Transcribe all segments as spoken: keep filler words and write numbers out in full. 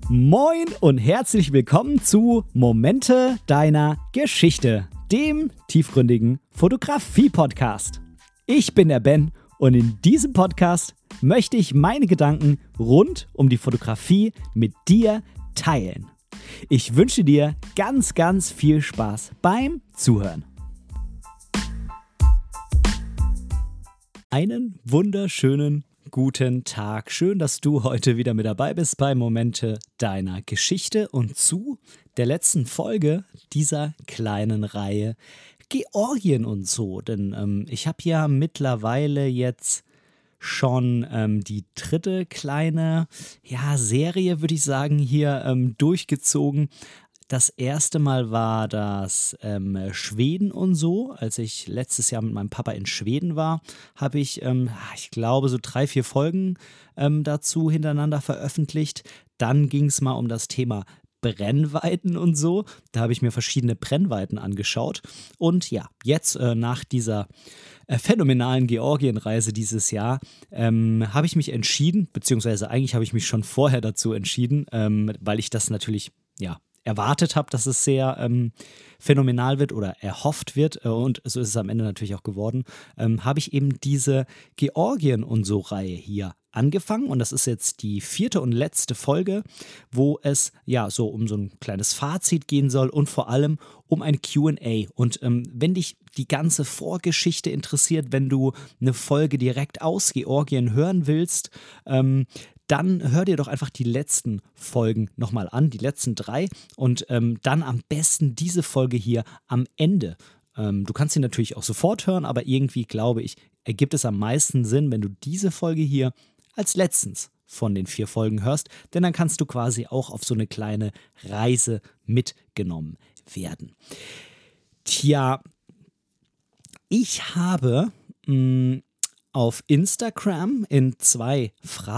Moin und herzlich willkommen zu Momente deiner Geschichte, dem tiefgründigen Fotografie-Podcast. Ich bin der Ben und in diesem Podcast möchte ich meine Gedanken rund um die Fotografie mit dir teilen. Ich wünsche dir ganz, ganz viel Spaß beim Zuhören. Einen wunderschönen guten Tag. Schön, dass du heute wieder mit dabei bist bei Momente deiner Geschichte und zu der letzten Folge dieser kleinen Reihe Georgien und so. Denn ähm, ich habe ja mittlerweile jetzt schon ähm, die dritte kleine ja, Serie, würde ich sagen, hier ähm, durchgezogen. Das erste Mal war das ähm, Schweden und so. Als ich letztes Jahr mit meinem Papa in Schweden war, habe ich, ähm, ich glaube, so drei, vier Folgen ähm, dazu hintereinander veröffentlicht. Dann ging es mal um das Thema Brennweiten und so. Da habe ich mir verschiedene Brennweiten angeschaut. Und ja, jetzt äh, nach dieser äh, phänomenalen Georgienreise dieses Jahr ähm, habe ich mich entschieden, beziehungsweise eigentlich habe ich mich schon vorher dazu entschieden, ähm, weil ich das natürlich, ja, erwartet habe, dass es sehr ähm, phänomenal wird oder erhofft wird, äh, und so ist es am Ende natürlich auch geworden, ähm, habe ich eben diese Georgien und so Reihe hier angefangen und das ist jetzt die vierte und letzte Folge, wo es ja so um so ein kleines Fazit gehen soll und vor allem um ein Q und A. Und ähm, wenn dich die ganze Vorgeschichte interessiert, wenn du eine Folge direkt aus Georgien hören willst, ähm, dann hör dir doch einfach die letzten Folgen nochmal an, die letzten drei und ähm, dann am besten diese Folge hier am Ende. Ähm, du kannst sie natürlich auch sofort hören, aber irgendwie, glaube ich, ergibt es am meisten Sinn, wenn du diese Folge hier als letztens von den vier Folgen hörst, denn dann kannst du quasi auch auf so eine kleine Reise mitgenommen werden. Tja, ich habe mh, auf Instagram in zwei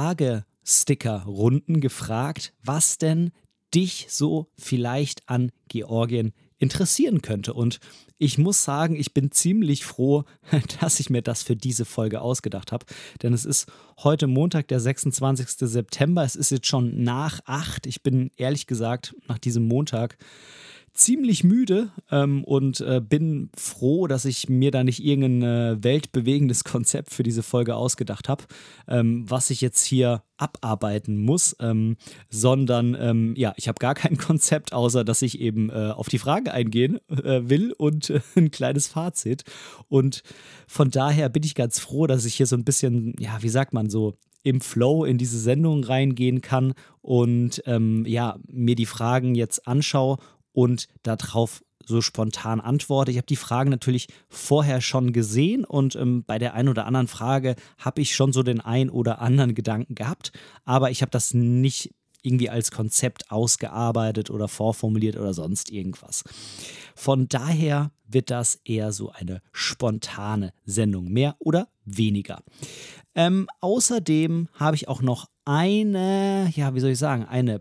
Frage-Sticker-Runden gefragt, was denn dich so vielleicht an Georgien interessieren könnte. Und ich muss sagen, ich bin ziemlich froh, dass ich mir das für diese Folge ausgedacht habe. Denn es ist heute Montag, der sechsundzwanzigster September. Es ist jetzt schon nach acht. Ich bin ehrlich gesagt nach diesem Montag ziemlich müde ähm, und äh, bin froh, dass ich mir da nicht irgendein äh, weltbewegendes Konzept für diese Folge ausgedacht habe, ähm, was ich jetzt hier abarbeiten muss, ähm, sondern ähm, ja, ich habe gar kein Konzept, außer dass ich eben äh, auf die Frage eingehen äh, will und äh, ein kleines Fazit. Und von daher bin ich ganz froh, dass ich hier so ein bisschen, ja, wie sagt man so, im Flow in diese Sendung reingehen kann und ähm, ja, mir die Fragen jetzt anschaue und darauf so spontan antworte. Ich habe die Fragen natürlich vorher schon gesehen und ähm, bei der einen oder anderen Frage habe ich schon so den ein oder anderen Gedanken gehabt, aber ich habe das nicht irgendwie als Konzept ausgearbeitet oder vorformuliert oder sonst irgendwas. Von daher wird das eher so eine spontane Sendung, mehr oder weniger. Ähm, außerdem habe ich auch noch eine, ja, wie soll ich sagen, eine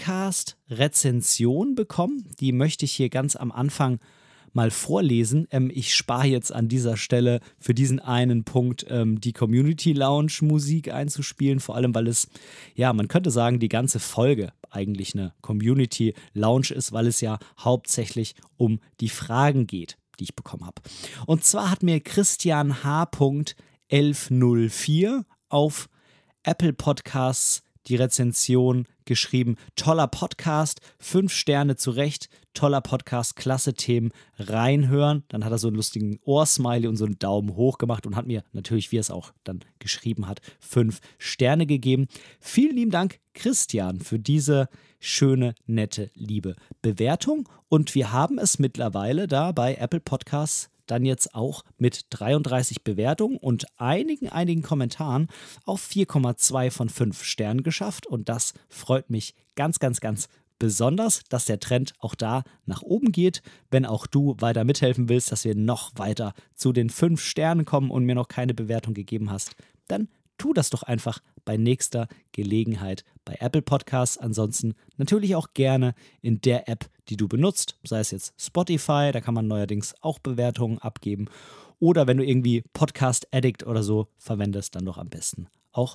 Podcast-Rezension bekommen. Die möchte ich hier ganz am Anfang mal vorlesen. Ähm, ich spare jetzt an dieser Stelle für diesen einen Punkt ähm, die Community Lounge Musik einzuspielen, vor allem weil es, ja, man könnte sagen, die ganze Folge eigentlich eine Community Lounge ist, weil es ja hauptsächlich um die Fragen geht, die ich bekommen habe. Und zwar hat mir Christian H. elf null vier auf Apple Podcasts die Rezension geschrieben. Toller Podcast, fünf Sterne zurecht, toller Podcast, klasse Themen, reinhören. Dann hat er so einen lustigen Ohrsmiley und so einen Daumen hoch gemacht und hat mir natürlich, wie er es auch dann geschrieben hat, fünf Sterne gegeben. Vielen lieben Dank, Christian, für diese schöne, nette, liebe Bewertung. Und wir haben es mittlerweile da bei Apple Podcasts dann jetzt auch mit dreiunddreißig Bewertungen und einigen, einigen Kommentaren auf vier Komma zwei von fünf Sternen geschafft. Und das freut mich ganz, ganz, ganz besonders, dass der Trend auch da nach oben geht. Wenn auch du weiter mithelfen willst, dass wir noch weiter zu den fünf Sternen kommen und mir noch keine Bewertung gegeben hast, dann tu das doch einfach bei nächster Gelegenheit bei Apple Podcasts. Ansonsten natürlich auch gerne in der App, die du benutzt, sei es jetzt Spotify, da kann man neuerdings auch Bewertungen abgeben. Oder wenn du irgendwie Podcast Addict oder so verwendest, dann doch am besten auch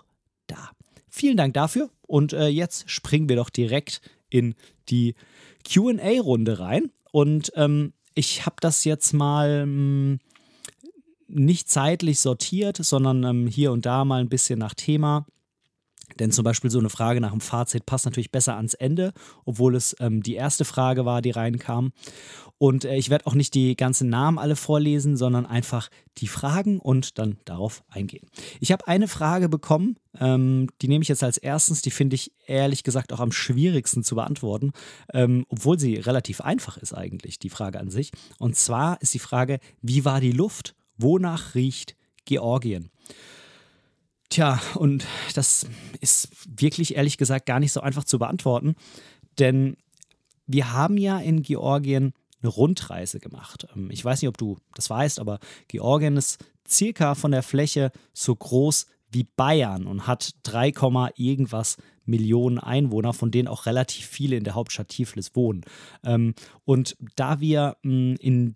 da. Vielen Dank dafür und äh, jetzt springen wir doch direkt in die Q und A-Runde rein und ähm, ich habe das jetzt mal mh, nicht zeitlich sortiert, sondern ähm, hier und da mal ein bisschen nach Thema. Denn zum Beispiel so eine Frage nach dem Fazit passt natürlich besser ans Ende, obwohl es ähm, die erste Frage war, die reinkam. Und äh, ich werde auch nicht die ganzen Namen alle vorlesen, sondern einfach die Fragen und dann darauf eingehen. Ich habe eine Frage bekommen, ähm, die nehme ich jetzt als erstens, die finde ich ehrlich gesagt auch am schwierigsten zu beantworten, ähm, obwohl sie relativ einfach ist eigentlich, die Frage an sich. Und zwar ist die Frage, wie war die Luft? Wonach riecht Georgien? Tja, und das ist wirklich ehrlich gesagt gar nicht so einfach zu beantworten, denn wir haben ja in Georgien eine Rundreise gemacht. Ähm, Ich weiß nicht, ob du das weißt, aber Georgien ist circa von der Fläche so groß wie Bayern und hat drei, irgendwas Millionen Einwohner, von denen auch relativ viele in der Hauptstadt Tiflis wohnen. Ähm, Und da wir mh, in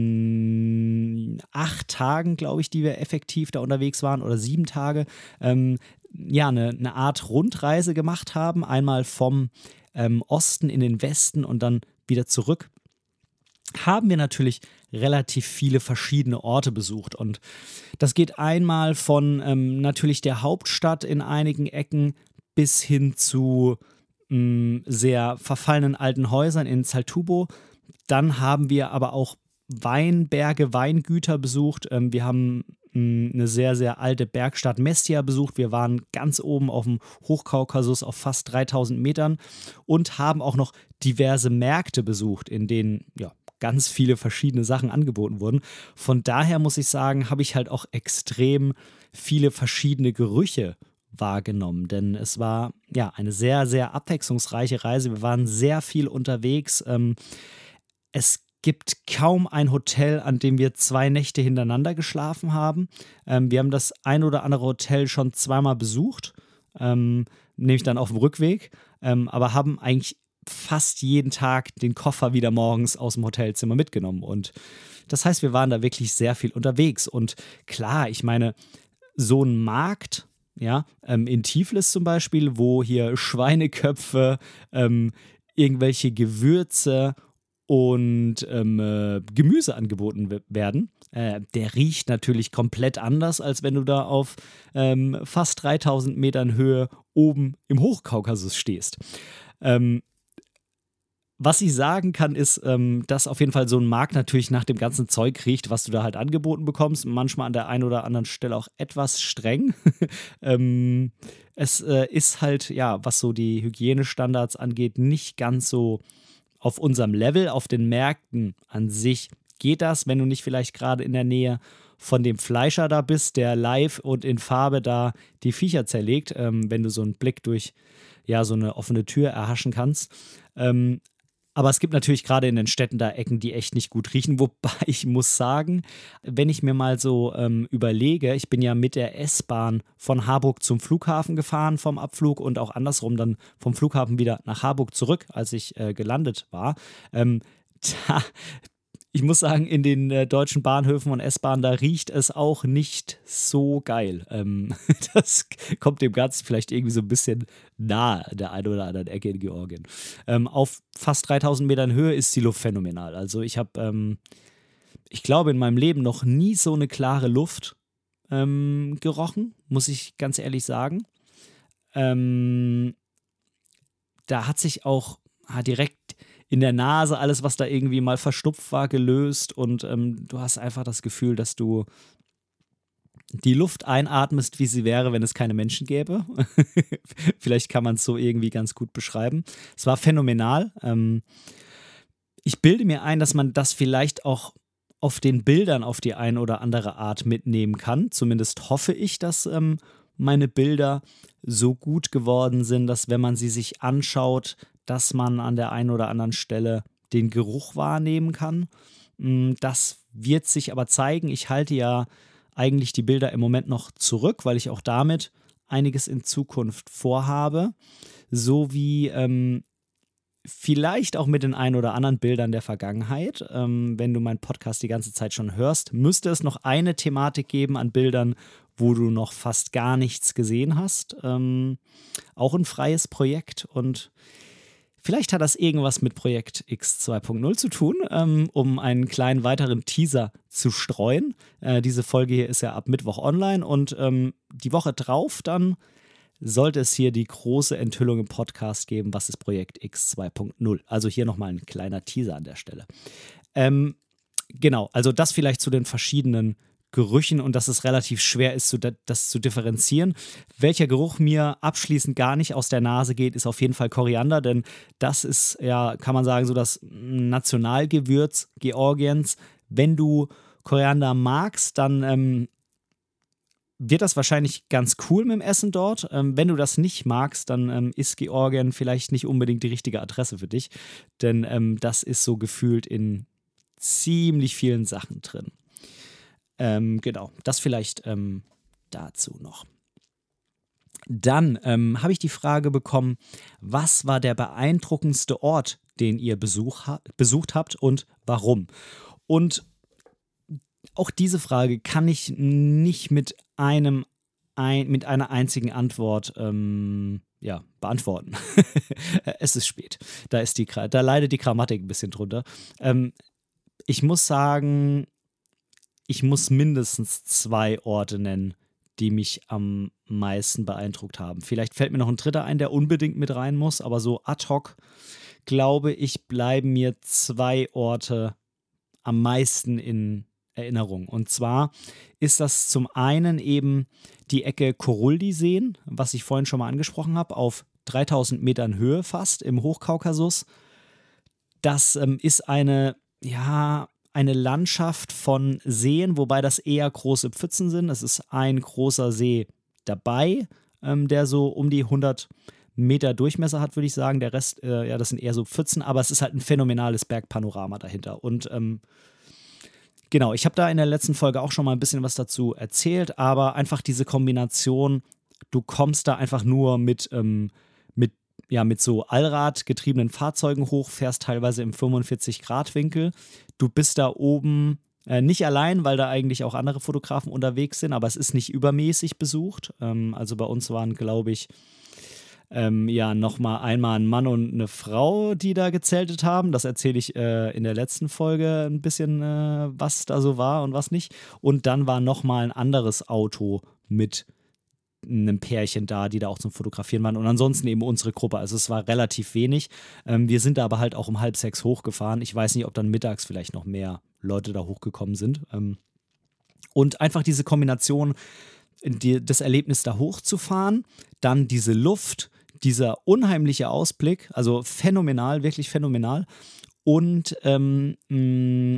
diesen acht Tagen, glaube ich, die wir effektiv da unterwegs waren, oder sieben Tage, ähm, ja, eine, eine Art Rundreise gemacht haben, einmal vom ähm, Osten in den Westen und dann wieder zurück, haben wir natürlich relativ viele verschiedene Orte besucht. Und das geht einmal von ähm, natürlich der Hauptstadt in einigen Ecken bis hin zu mh, sehr verfallenen alten Häusern in Zaltubo. Dann haben wir aber auch Weinberge, Weingüter besucht. Ähm, wir haben mh, eine sehr, sehr alte Bergstadt Mestia besucht. Wir waren ganz oben auf dem Hochkaukasus auf fast dreitausend Metern und haben auch noch diverse Märkte besucht, in denen ja, ganz viele verschiedene Sachen angeboten wurden. Von daher muss ich sagen, habe ich halt auch extrem viele verschiedene Gerüche wahrgenommen, denn es war ja eine sehr, sehr abwechslungsreiche Reise. Wir waren sehr viel unterwegs. Ähm, es gibt kaum ein Hotel, an dem wir zwei Nächte hintereinander geschlafen haben. Ähm, wir haben das ein oder andere Hotel schon zweimal besucht, ähm, nämlich dann auf dem Rückweg, ähm, aber haben eigentlich fast jeden Tag den Koffer wieder morgens aus dem Hotelzimmer mitgenommen. Und das heißt, wir waren da wirklich sehr viel unterwegs. Und klar, ich meine, so ein Markt, ja, ähm, in Tiflis zum Beispiel, wo hier Schweineköpfe, ähm, irgendwelche Gewürze und ähm, äh, Gemüse angeboten w- werden, äh, der riecht natürlich komplett anders, als wenn du da auf ähm, fast dreitausend Metern Höhe oben im Hochkaukasus stehst. Ähm, Was ich sagen kann, ist, ähm, dass auf jeden Fall so ein Markt natürlich nach dem ganzen Zeug riecht, was du da halt angeboten bekommst. Manchmal an der einen oder anderen Stelle auch etwas streng. ähm, es äh, ist halt, ja, was so die Hygienestandards angeht, nicht ganz so auf unserem Level. Auf den Märkten an sich geht das, wenn du nicht vielleicht gerade in der Nähe von dem Fleischer da bist, der live und in Farbe da die Viecher zerlegt, ähm, wenn du so einen Blick durch ja, so eine offene Tür erhaschen kannst. Ähm, aber es gibt natürlich gerade in den Städten da Ecken, die echt nicht gut riechen. Wobei ich muss sagen, wenn ich mir mal so ähm, überlege, ich bin ja mit der S-Bahn von Harburg zum Flughafen gefahren vom Abflug und auch andersrum dann vom Flughafen wieder nach Harburg zurück, als ich äh, gelandet war. Ähm, da, ich muss sagen, in den äh, deutschen Bahnhöfen und S-Bahnen, da riecht es auch nicht so geil. Ähm, das kommt dem Ganzen vielleicht irgendwie so ein bisschen nahe an der einen oder anderen Ecke in Georgien. Ähm, auf fast dreitausend Metern Höhe ist die Luft phänomenal. Also ich habe, ähm, ich glaube, in meinem Leben noch nie so eine klare Luft ähm, gerochen, muss ich ganz ehrlich sagen. Ähm, Da hat sich auch ah, direkt in der Nase alles, was da irgendwie mal verstopft war, gelöst und ähm, du hast einfach das Gefühl, dass du die Luft einatmest, wie sie wäre, wenn es keine Menschen gäbe. Vielleicht kann man es so irgendwie ganz gut beschreiben. Es war phänomenal. Ähm, ich bilde mir ein, dass man das vielleicht auch auf den Bildern auf die eine oder andere Art mitnehmen kann. Zumindest hoffe ich, dass ähm, meine Bilder so gut geworden sind, dass wenn man sie sich anschaut, dass man an der einen oder anderen Stelle den Geruch wahrnehmen kann. Mm, Das wird sich aber zeigen. Ich halte ja eigentlich die Bilder im Moment noch zurück, weil ich auch damit einiges in Zukunft vorhabe, sowie ähm, vielleicht auch mit den ein oder anderen Bildern der Vergangenheit. Ähm, wenn du meinen Podcast die ganze Zeit schon hörst, müsste es noch eine Thematik geben an Bildern, wo du noch fast gar nichts gesehen hast. Ähm, auch ein freies Projekt und vielleicht hat das irgendwas mit Projekt X zwei Punkt null zu tun, ähm, um einen kleinen weiteren Teaser zu streuen. Äh, diese Folge hier ist ja ab Mittwoch online und ähm, die Woche drauf dann sollte es hier die große Enthüllung im Podcast geben, was ist Projekt X zwei Punkt null. Also hier nochmal ein kleiner Teaser an der Stelle. Ähm, genau, also das vielleicht zu den verschiedenen Gerüchen und dass es relativ schwer ist, das zu differenzieren. Welcher Geruch mir abschließend gar nicht aus der Nase geht, ist auf jeden Fall Koriander, denn das ist ja, kann man sagen, so das Nationalgewürz Georgiens. Wenn du Koriander magst, dann ähm, wird das wahrscheinlich ganz cool mit dem Essen dort. Ähm, wenn du das nicht magst, dann ähm, ist Georgien vielleicht nicht unbedingt die richtige Adresse für dich, denn ähm, das ist so gefühlt in ziemlich vielen Sachen drin. Ähm, genau, das vielleicht ähm, dazu noch. Dann ähm, habe ich die Frage bekommen, was war der beeindruckendste Ort, den ihr Besuch ha- besucht habt und warum? Und auch diese Frage kann ich nicht mit einem ein, mit einer einzigen Antwort ähm, ja, beantworten. Es ist spät. Da, ist die, da leidet die Grammatik ein bisschen drunter. Ähm, ich muss sagen, ich muss mindestens zwei Orte nennen, die mich am meisten beeindruckt haben. Vielleicht fällt mir noch ein dritter ein, der unbedingt mit rein muss, aber so ad hoc, glaube ich, bleiben mir zwei Orte am meisten in Erinnerung. Und zwar ist das zum einen eben die Ecke Koruldi-Seen, was ich vorhin schon mal angesprochen habe, auf dreitausend Metern Höhe fast im Hochkaukasus. Das ähm, ist eine, ja, eine Landschaft von Seen, wobei das eher große Pfützen sind. Es ist ein großer See dabei, ähm, der so um die hundert Meter Durchmesser hat, würde ich sagen. Der Rest, äh, ja, das sind eher so Pfützen, aber es ist halt ein phänomenales Bergpanorama dahinter. Und ähm, genau, ich habe da in der letzten Folge auch schon mal ein bisschen was dazu erzählt, aber einfach diese Kombination, du kommst da einfach nur mit, ähm, mit, ja, mit so allradgetriebenen Fahrzeugen hoch, fährst teilweise im fünfundvierzig-Grad-Winkel. Du bist da oben äh, nicht allein, weil da eigentlich auch andere Fotografen unterwegs sind, aber es ist nicht übermäßig besucht. Ähm, also bei uns waren, glaube ich, Ähm, ja, nochmal einmal ein Mann und eine Frau, die da gezeltet haben. Das erzähle ich äh, in der letzten Folge ein bisschen, äh, was da so war und was nicht. Und dann war nochmal ein anderes Auto mit einem Pärchen da, die da auch zum Fotografieren waren. Und ansonsten eben unsere Gruppe. Also es war relativ wenig. Ähm, wir sind da aber halt auch um halb sechs hochgefahren. Ich weiß nicht, ob dann mittags vielleicht noch mehr Leute da hochgekommen sind. Ähm, und einfach diese Kombination, die, das Erlebnis da hochzufahren, dann diese Luft, dieser unheimliche Ausblick, also phänomenal, wirklich phänomenal. Und ähm, mh,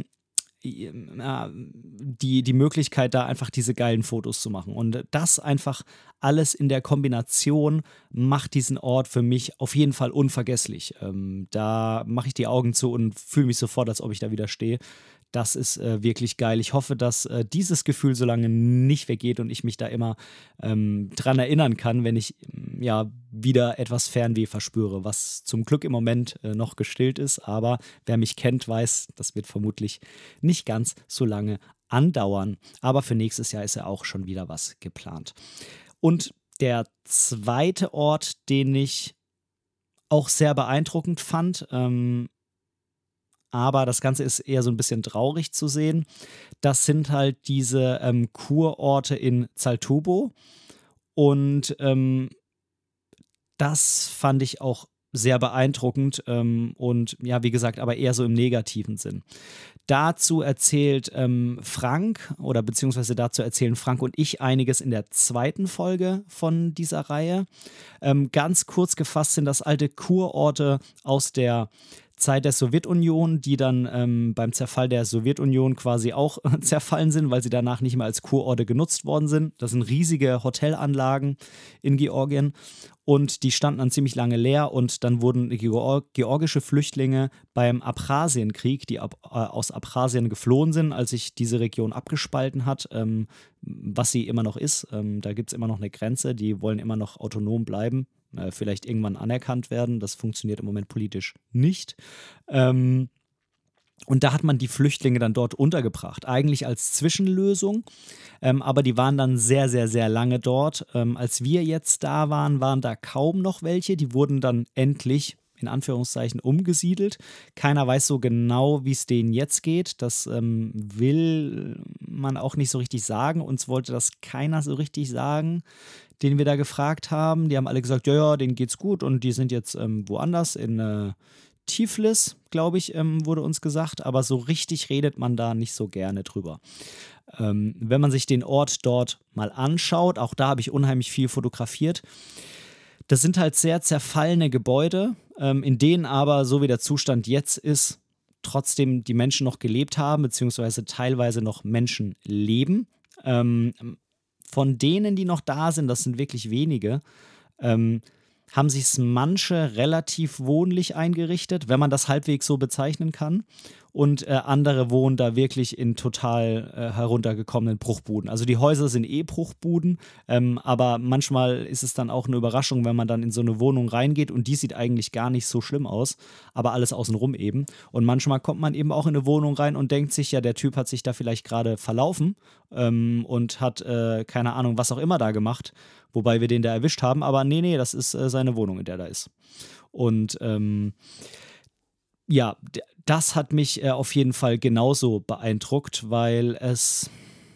ja, die, die Möglichkeit, da einfach diese geilen Fotos zu machen. Und das einfach alles in der Kombination macht diesen Ort für mich auf jeden Fall unvergesslich. Ähm, da mache ich die Augen zu und fühle mich sofort, als ob ich da wieder stehe. Das ist äh, wirklich geil. Ich hoffe, dass äh, dieses Gefühl so lange nicht weggeht und ich mich da immer ähm, dran erinnern kann, wenn ich ähm, ja wieder etwas Fernweh verspüre, was zum Glück im Moment äh, noch gestillt ist. Aber wer mich kennt, weiß, das wird vermutlich nicht ganz so lange andauern. Aber für nächstes Jahr ist ja auch schon wieder was geplant. Und der zweite Ort, den ich auch sehr beeindruckend fand, ähm, aber das Ganze ist eher so ein bisschen traurig zu sehen. Das sind halt diese ähm, Kurorte in Zaltubo. Und ähm, das fand ich auch sehr beeindruckend ähm, und ja, wie gesagt, aber eher so im negativen Sinn. Dazu erzählt ähm, Frank oder beziehungsweise dazu erzählen Frank und ich einiges in der zweiten Folge von dieser Reihe. Ähm, ganz kurz gefasst sind das alte Kurorte aus der Zeit der Sowjetunion, die dann ähm, beim Zerfall der Sowjetunion quasi auch zerfallen sind, weil sie danach nicht mehr als Kurorte genutzt worden sind. Das sind riesige Hotelanlagen in Georgien und die standen dann ziemlich lange leer und dann wurden Geor georgische Flüchtlinge beim Abchasienkrieg, die ab, äh, aus Abchasien geflohen sind, als sich diese Region abgespalten hat, ähm, was sie immer noch ist. Ähm, da gibt es immer noch eine Grenze, die wollen immer noch autonom bleiben. Vielleicht irgendwann anerkannt werden. Das funktioniert im Moment politisch nicht. Ähm, Und da hat man die Flüchtlinge dann dort untergebracht, eigentlich als Zwischenlösung, ähm, aber die waren dann sehr, sehr, sehr lange dort. Ähm, als wir jetzt da waren, waren da kaum noch welche, die wurden dann endlich in Anführungszeichen umgesiedelt. Keiner weiß so genau, wie es denen jetzt geht. Das ähm, will man auch nicht so richtig sagen. Uns wollte das keiner so richtig sagen, den wir da gefragt haben. Die haben alle gesagt, ja, ja, denen geht's gut und die sind jetzt ähm, woanders in äh, Tiflis, glaube ich, ähm, wurde uns gesagt, aber so richtig redet man da nicht so gerne drüber. Ähm, wenn man sich den Ort dort mal anschaut, auch da habe ich unheimlich viel fotografiert, das sind halt sehr zerfallene Gebäude, ähm, in denen aber, so wie der Zustand jetzt ist, trotzdem die Menschen noch gelebt haben, beziehungsweise teilweise noch Menschen leben. Ähm, von denen, die noch da sind, das sind wirklich wenige, ähm, haben sich manche relativ wohnlich eingerichtet, wenn man das halbwegs so bezeichnen kann. Und äh, andere wohnen da wirklich in total äh, heruntergekommenen Bruchbuden. Also die Häuser sind eh Bruchbuden, ähm, aber manchmal ist es dann auch eine Überraschung, wenn man dann in so eine Wohnung reingeht und die sieht eigentlich gar nicht so schlimm aus, aber alles außenrum eben. Und manchmal kommt man eben auch in eine Wohnung rein und denkt sich, ja, der Typ hat sich da vielleicht gerade verlaufen ähm, und hat, äh, keine Ahnung, was auch immer da gemacht, wobei wir den da erwischt haben, aber nee, nee, das ist äh, seine Wohnung, in der da ist. Und ähm, ja, d- das hat mich äh, auf jeden Fall genauso beeindruckt, weil es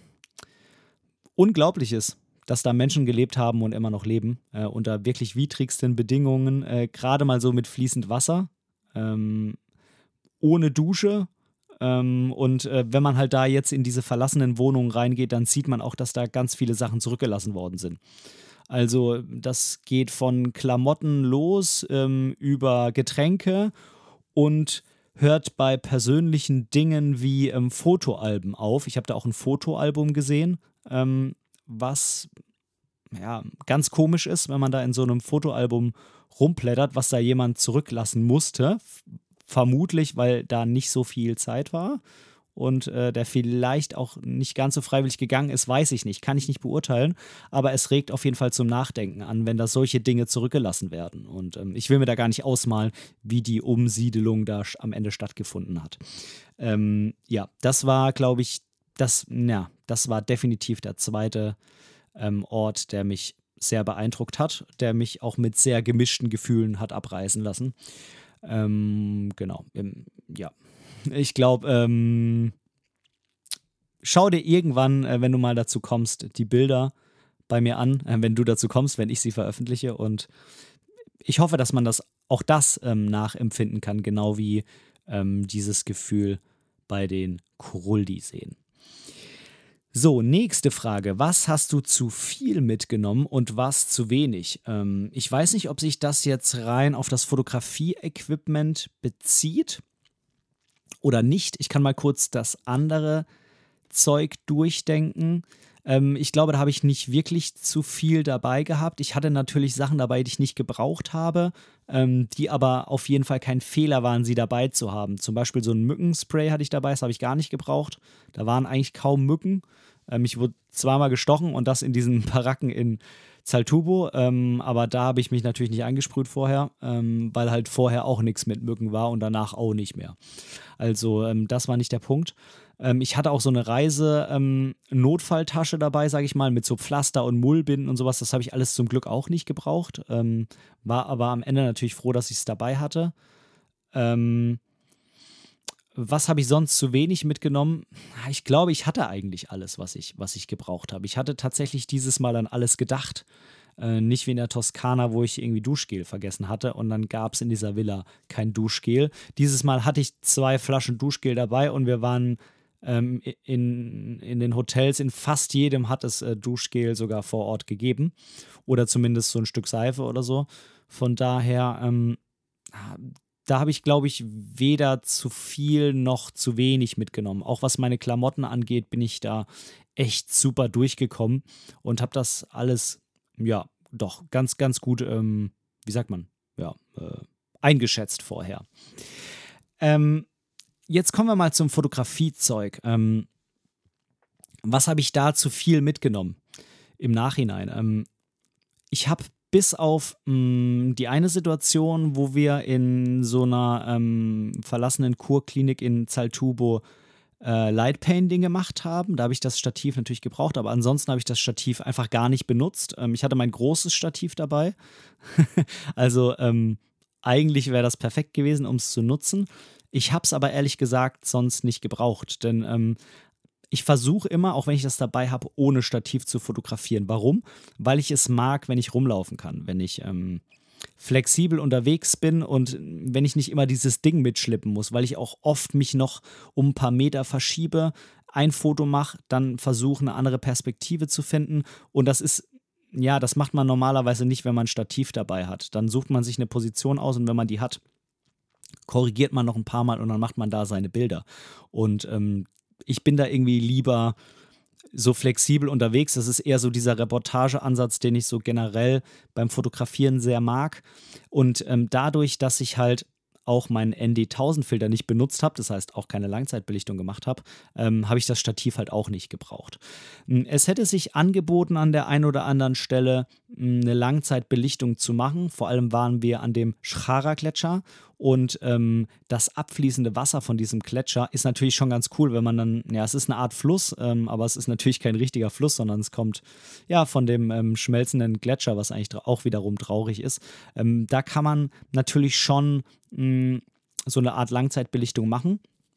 unglaublich ist, dass da Menschen gelebt haben und immer noch leben, äh, unter wirklich widrigsten Bedingungen, äh, gerade mal so mit fließend Wasser, ähm, ohne Dusche. Ähm, und äh, wenn man halt da jetzt in diese verlassenen Wohnungen reingeht, dann sieht man auch, dass da ganz viele Sachen zurückgelassen worden sind. Also das geht von Klamotten los ähm, über Getränke und hört bei persönlichen Dingen wie ähm, Fotoalben auf. Ich habe da auch ein Fotoalbum gesehen, ähm, was ja ganz komisch ist, wenn man da in so einem Fotoalbum rumblättert, was da jemand zurücklassen musste. F- Vermutlich, weil da nicht so viel Zeit war und äh, der vielleicht auch nicht ganz so freiwillig gegangen ist, weiß ich nicht, kann ich nicht beurteilen, aber es regt auf jeden Fall zum Nachdenken an, wenn da solche Dinge zurückgelassen werden. Und ähm, ich will mir da gar nicht ausmalen, wie die Umsiedelung da sch- am Ende stattgefunden hat. Ähm, ja, das war, glaube ich, das, ja, das war definitiv der zweite ähm, Ort, der mich sehr beeindruckt hat, der mich auch mit sehr gemischten Gefühlen hat abreißen lassen. Ähm, genau, ähm, ja. Ich glaube, ähm, schau dir irgendwann, äh, wenn du mal dazu kommst, die Bilder bei mir an, äh, wenn du dazu kommst, wenn ich sie veröffentliche. Und ich hoffe, dass man das auch das ähm, nachempfinden kann, genau wie ähm, dieses Gefühl bei den Kuruldi sehen. So, nächste Frage. Was hast du zu viel mitgenommen und was zu wenig? Ähm, ich weiß nicht, ob sich das jetzt rein auf das Fotografie-Equipment bezieht oder nicht. Ich kann mal kurz das andere Zeug durchdenken. Ähm, ich glaube, da habe ich nicht wirklich zu viel dabei gehabt. Ich hatte natürlich Sachen dabei, die ich nicht gebraucht habe, ähm, die aber auf jeden Fall kein Fehler waren, sie dabei zu haben. Zum Beispiel so ein Mückenspray hatte ich dabei, das habe ich gar nicht gebraucht. Da waren eigentlich kaum Mücken. Ähm, ich wurde zweimal gestochen und das in diesen Baracken in Zaltubo, ähm, aber da habe ich mich natürlich nicht eingesprüht vorher, ähm, weil halt vorher auch nichts mit Mücken war und danach auch nicht mehr. Also ähm, das war nicht der Punkt. Ähm, ich hatte auch so eine Reise-Notfalltasche dabei, sage ich mal, mit so Pflaster und Mullbinden und sowas. Das habe ich alles zum Glück auch nicht gebraucht. Ähm, war aber am Ende natürlich froh, dass ich es dabei hatte. Ähm, was habe ich sonst zu wenig mitgenommen? Ich glaube, ich hatte eigentlich alles, was ich, was ich gebraucht habe. Ich hatte tatsächlich dieses Mal an alles gedacht. Äh, nicht wie in der Toskana, wo ich irgendwie Duschgel vergessen hatte und dann gab es in dieser Villa kein Duschgel. Dieses Mal hatte ich zwei Flaschen Duschgel dabei und wir waren ähm, in, in den Hotels, in fast jedem hat es äh, Duschgel sogar vor Ort gegeben oder zumindest so ein Stück Seife oder so. Von daher, ähm, da habe ich, glaube ich, weder zu viel noch zu wenig mitgenommen. Auch was meine Klamotten angeht, bin ich da echt super durchgekommen und habe das alles, ja, doch ganz, ganz gut, ähm, wie sagt man, ja, äh, eingeschätzt vorher. Ähm, jetzt kommen wir mal zum Fotografiezeug. Ähm, was habe ich da zu viel mitgenommen im Nachhinein? Ähm, ich habe bis auf mh, die eine Situation, wo wir in so einer ähm, verlassenen Kurklinik in Zaltubo äh, Lightpainting gemacht haben. Da habe ich das Stativ natürlich gebraucht, aber ansonsten habe ich das Stativ einfach gar nicht benutzt. Ähm, ich hatte mein großes Stativ dabei. Also ähm, eigentlich wäre das perfekt gewesen, um es zu nutzen. Ich habe es aber ehrlich gesagt sonst nicht gebraucht, denn ähm, ich versuche immer, auch wenn ich das dabei habe, ohne Stativ zu fotografieren. Warum? Weil ich es mag, wenn ich rumlaufen kann, wenn ich ähm, flexibel unterwegs bin und wenn ich nicht immer dieses Ding mitschleppen muss, weil ich auch oft mich noch um ein paar Meter verschiebe, ein Foto mache, dann versuche eine andere Perspektive zu finden und das ist, ja, das macht man normalerweise nicht, wenn man ein Stativ dabei hat. Dann sucht man sich eine Position aus und wenn man die hat, korrigiert man noch ein paar Mal und dann macht man da seine Bilder. Und ähm, ich bin da irgendwie lieber so flexibel unterwegs. Das ist eher so dieser Reportageansatz, den ich so generell beim Fotografieren sehr mag. Und ähm, dadurch, dass ich halt auch meinen N D tausend Filter nicht benutzt habe, das heißt auch keine Langzeitbelichtung gemacht habe, ähm, habe ich das Stativ halt auch nicht gebraucht. Es hätte sich angeboten, an der einen oder anderen Stelle mh, eine Langzeitbelichtung zu machen. Vor allem waren wir an dem Schara-Gletscher und ähm, das abfließende Wasser von diesem Gletscher ist natürlich schon ganz cool, wenn man dann, ja, es ist eine Art Fluss, ähm, aber es ist natürlich kein richtiger Fluss, sondern es kommt ja von dem ähm, schmelzenden Gletscher, was eigentlich auch wiederum traurig ist. Ähm, da kann man natürlich schon mh, so eine Art Langzeitbelichtung machen.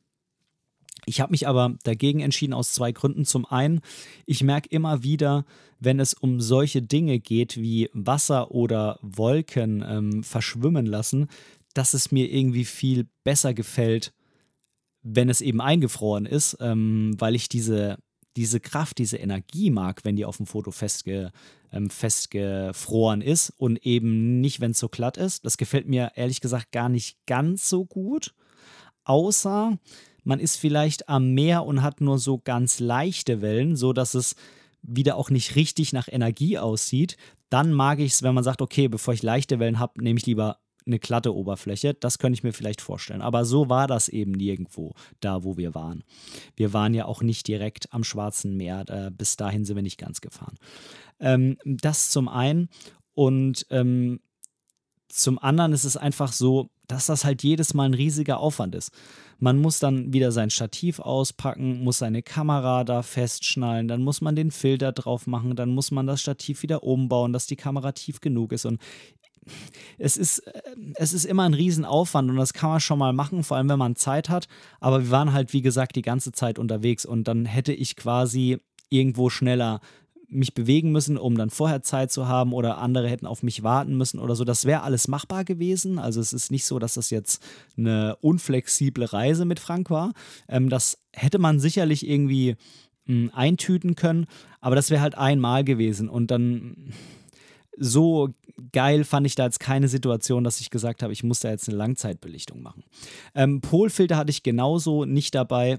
Ich habe mich aber dagegen entschieden aus zwei Gründen. Zum einen, ich merke immer wieder, wenn es um solche Dinge geht wie Wasser oder Wolken ähm, verschwimmen lassen, dass es mir irgendwie viel besser gefällt, wenn es eben eingefroren ist, ähm, weil ich diese, diese Kraft, diese Energie mag, wenn die auf dem Foto festge, ähm, festgefroren ist und eben nicht, wenn es so glatt ist. Das gefällt mir ehrlich gesagt gar nicht ganz so gut, außer man ist vielleicht am Meer und hat nur so ganz leichte Wellen, so dass es wieder auch nicht richtig nach Energie aussieht. Dann mag ich es, wenn man sagt, okay, bevor ich leichte Wellen habe, nehme ich lieber eine glatte Oberfläche. Das könnte ich mir vielleicht vorstellen. Aber so war das eben nirgendwo, da wo wir waren. Wir waren ja auch nicht direkt am Schwarzen Meer. Äh, bis dahin sind wir nicht ganz gefahren. Ähm, das zum einen. Und ähm, zum anderen ist es einfach so, dass das halt jedes Mal ein riesiger Aufwand ist. Man muss dann wieder sein Stativ auspacken, muss seine Kamera da festschnallen, dann muss man den Filter drauf machen, dann muss man das Stativ wieder umbauen, dass die Kamera tief genug ist. Und es ist, äh, es ist immer ein Riesenaufwand und das kann man schon mal machen, vor allem wenn man Zeit hat. Aber wir waren halt, wie gesagt, die ganze Zeit unterwegs und dann hätte ich quasi irgendwo schneller mich bewegen müssen, um dann vorher Zeit zu haben oder andere hätten auf mich warten müssen oder so. Das wäre alles machbar gewesen. Also es ist nicht so, dass das jetzt eine unflexible Reise mit Frank war. Ähm, das hätte man sicherlich irgendwie mh, eintüten können, aber das wäre halt einmal gewesen und dann so geil fand ich da jetzt keine Situation, dass ich gesagt habe, ich muss da jetzt eine Langzeitbelichtung machen. Ähm, Polfilter hatte ich genauso nicht dabei,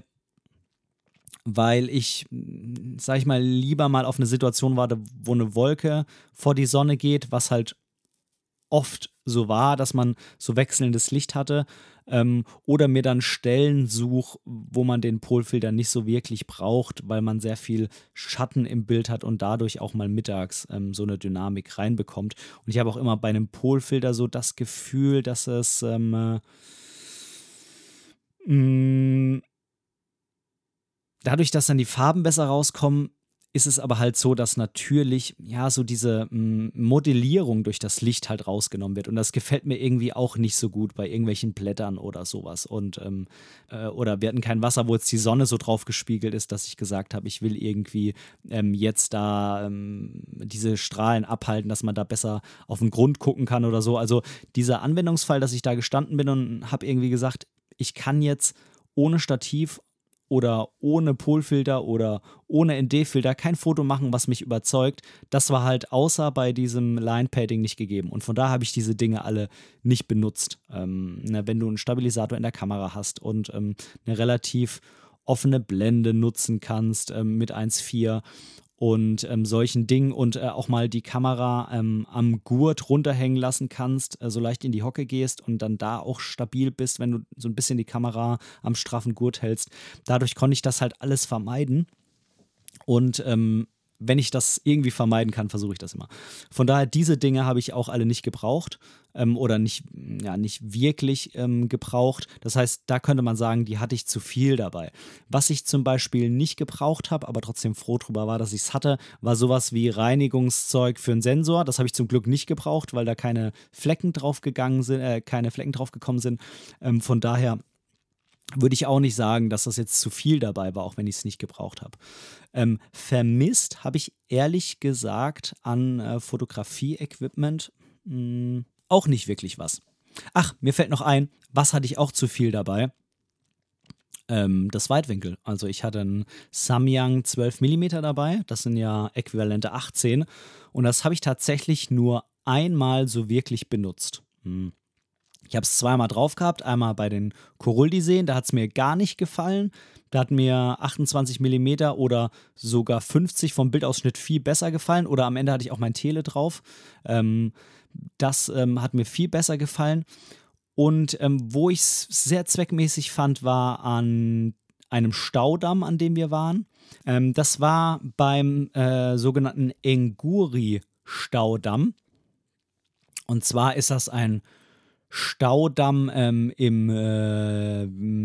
weil ich, sag ich mal, lieber mal auf eine Situation warte, wo eine Wolke vor die Sonne geht, was halt oft so war, dass man so wechselndes Licht hatte, ähm, oder mir dann Stellen suche, wo man den Polfilter nicht so wirklich braucht, weil man sehr viel Schatten im Bild hat und dadurch auch mal mittags ähm, so eine Dynamik reinbekommt. Und ich habe auch immer bei einem Polfilter so das Gefühl, dass es ähm, äh, mh, dadurch, dass dann die Farben besser rauskommen, ist es aber halt so, dass natürlich, ja, so diese mm, Modellierung durch das Licht halt rausgenommen wird. Und das gefällt mir irgendwie auch nicht so gut bei irgendwelchen Blättern oder sowas. Und, ähm, äh, oder wir hatten kein Wasser, wo jetzt die Sonne so drauf gespiegelt ist, dass ich gesagt habe, ich will irgendwie ähm, jetzt da ähm, diese Strahlen abhalten, dass man da besser auf den Grund gucken kann oder so. Also dieser Anwendungsfall, dass ich da gestanden bin und habe irgendwie gesagt, ich kann jetzt ohne Stativ oder ohne Polfilter oder ohne N D-Filter kein Foto machen, was mich überzeugt. Das war halt außer bei diesem Line-Painting nicht gegeben. Und von da habe ich diese Dinge alle nicht benutzt. Ähm, na, wenn du einen Stabilisator in der Kamera hast und ähm, eine relativ offene Blende nutzen kannst ähm, mit eins Komma vier und ähm, solchen Dingen und äh, auch mal die Kamera ähm, am Gurt runterhängen lassen kannst, äh, so leicht in die Hocke gehst und dann da auch stabil bist, wenn du so ein bisschen die Kamera am straffen Gurt hältst. Dadurch konnte ich das halt alles vermeiden und ähm, wenn ich das irgendwie vermeiden kann, versuche ich das immer. Von daher, diese Dinge habe ich auch alle nicht gebraucht ähm, oder nicht, ja, nicht wirklich ähm, gebraucht. Das heißt, da könnte man sagen, die hatte ich zu viel dabei. Was ich zum Beispiel nicht gebraucht habe, aber trotzdem froh drüber war, dass ich es hatte, war sowas wie Reinigungszeug für einen Sensor. Das habe ich zum Glück nicht gebraucht, weil da keine Flecken drauf gegangen sind, äh, keine Flecken drauf gekommen sind. Ähm, von daher würde ich auch nicht sagen, dass das jetzt zu viel dabei war, auch wenn ich es nicht gebraucht habe. Ähm, vermisst habe ich ehrlich gesagt an äh, Fotografie-Equipment mh, auch nicht wirklich was. Ach, mir fällt noch ein, was hatte ich auch zu viel dabei? Ähm, das Weitwinkel. Also ich hatte einen Samyang zwölf Millimeter dabei, das sind ja äquivalente achtzehn und das habe ich tatsächlich nur einmal so wirklich benutzt. Hm. Ich habe es zweimal drauf gehabt, einmal bei den Coruldi-Seen, da hat es mir gar nicht gefallen. Da hat mir achtundzwanzig Millimeter oder sogar fünfzig vom Bildausschnitt viel besser gefallen. Oder am Ende hatte ich auch mein Tele drauf. Ähm, das ähm, hat mir viel besser gefallen. Und ähm, wo ich es sehr zweckmäßig fand, war an einem Staudamm, an dem wir waren. Ähm, das war beim äh, sogenannten Nguri-Staudamm. Und zwar ist das ein Staudamm ähm, im, äh,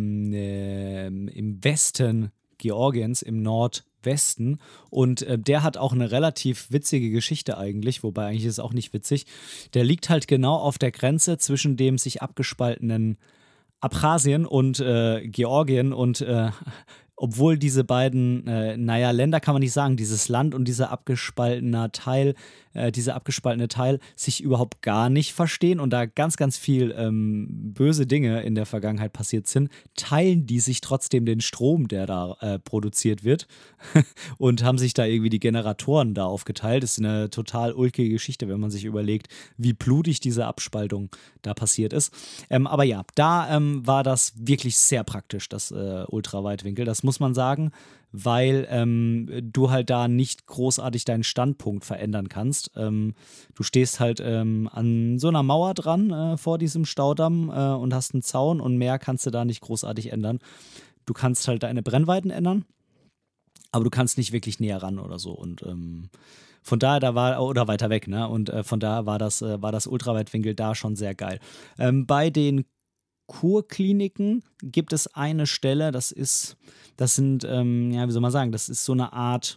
äh, im Westen Georgiens, im Nordwesten. Und äh, der hat auch eine relativ witzige Geschichte eigentlich, wobei eigentlich ist es auch nicht witzig. Der liegt halt genau auf der Grenze zwischen dem sich abgespaltenen Abchasien und äh, Georgien und äh, obwohl diese beiden, äh, naja, Länder kann man nicht sagen, dieses Land und dieser abgespaltene Teil, äh, dieser abgespaltene Teil sich überhaupt gar nicht verstehen und da ganz, ganz viel ähm, böse Dinge in der Vergangenheit passiert sind, teilen die sich trotzdem den Strom, der da äh, produziert wird und haben sich da irgendwie die Generatoren da aufgeteilt. Das ist eine total ulkige Geschichte, wenn man sich überlegt, wie blutig diese Abspaltung da passiert ist. Ähm, aber ja, da ähm, war das wirklich sehr praktisch, das äh, Ultraweitwinkel. Das muss man sagen, weil ähm, du halt da nicht großartig deinen Standpunkt verändern kannst. Ähm, du stehst halt ähm, an so einer Mauer dran äh, vor diesem Staudamm äh, und hast einen Zaun und mehr kannst du da nicht großartig ändern. Du kannst halt deine Brennweiten ändern, aber du kannst nicht wirklich näher ran oder so. Und ähm, von daher, da war, oder weiter weg, ne? Und äh, von daher war das, äh, war das Ultraweitwinkel da schon sehr geil. Ähm, bei den Kurkliniken gibt es eine Stelle, das ist, das sind, ähm, ja, wie soll man sagen, das ist so eine Art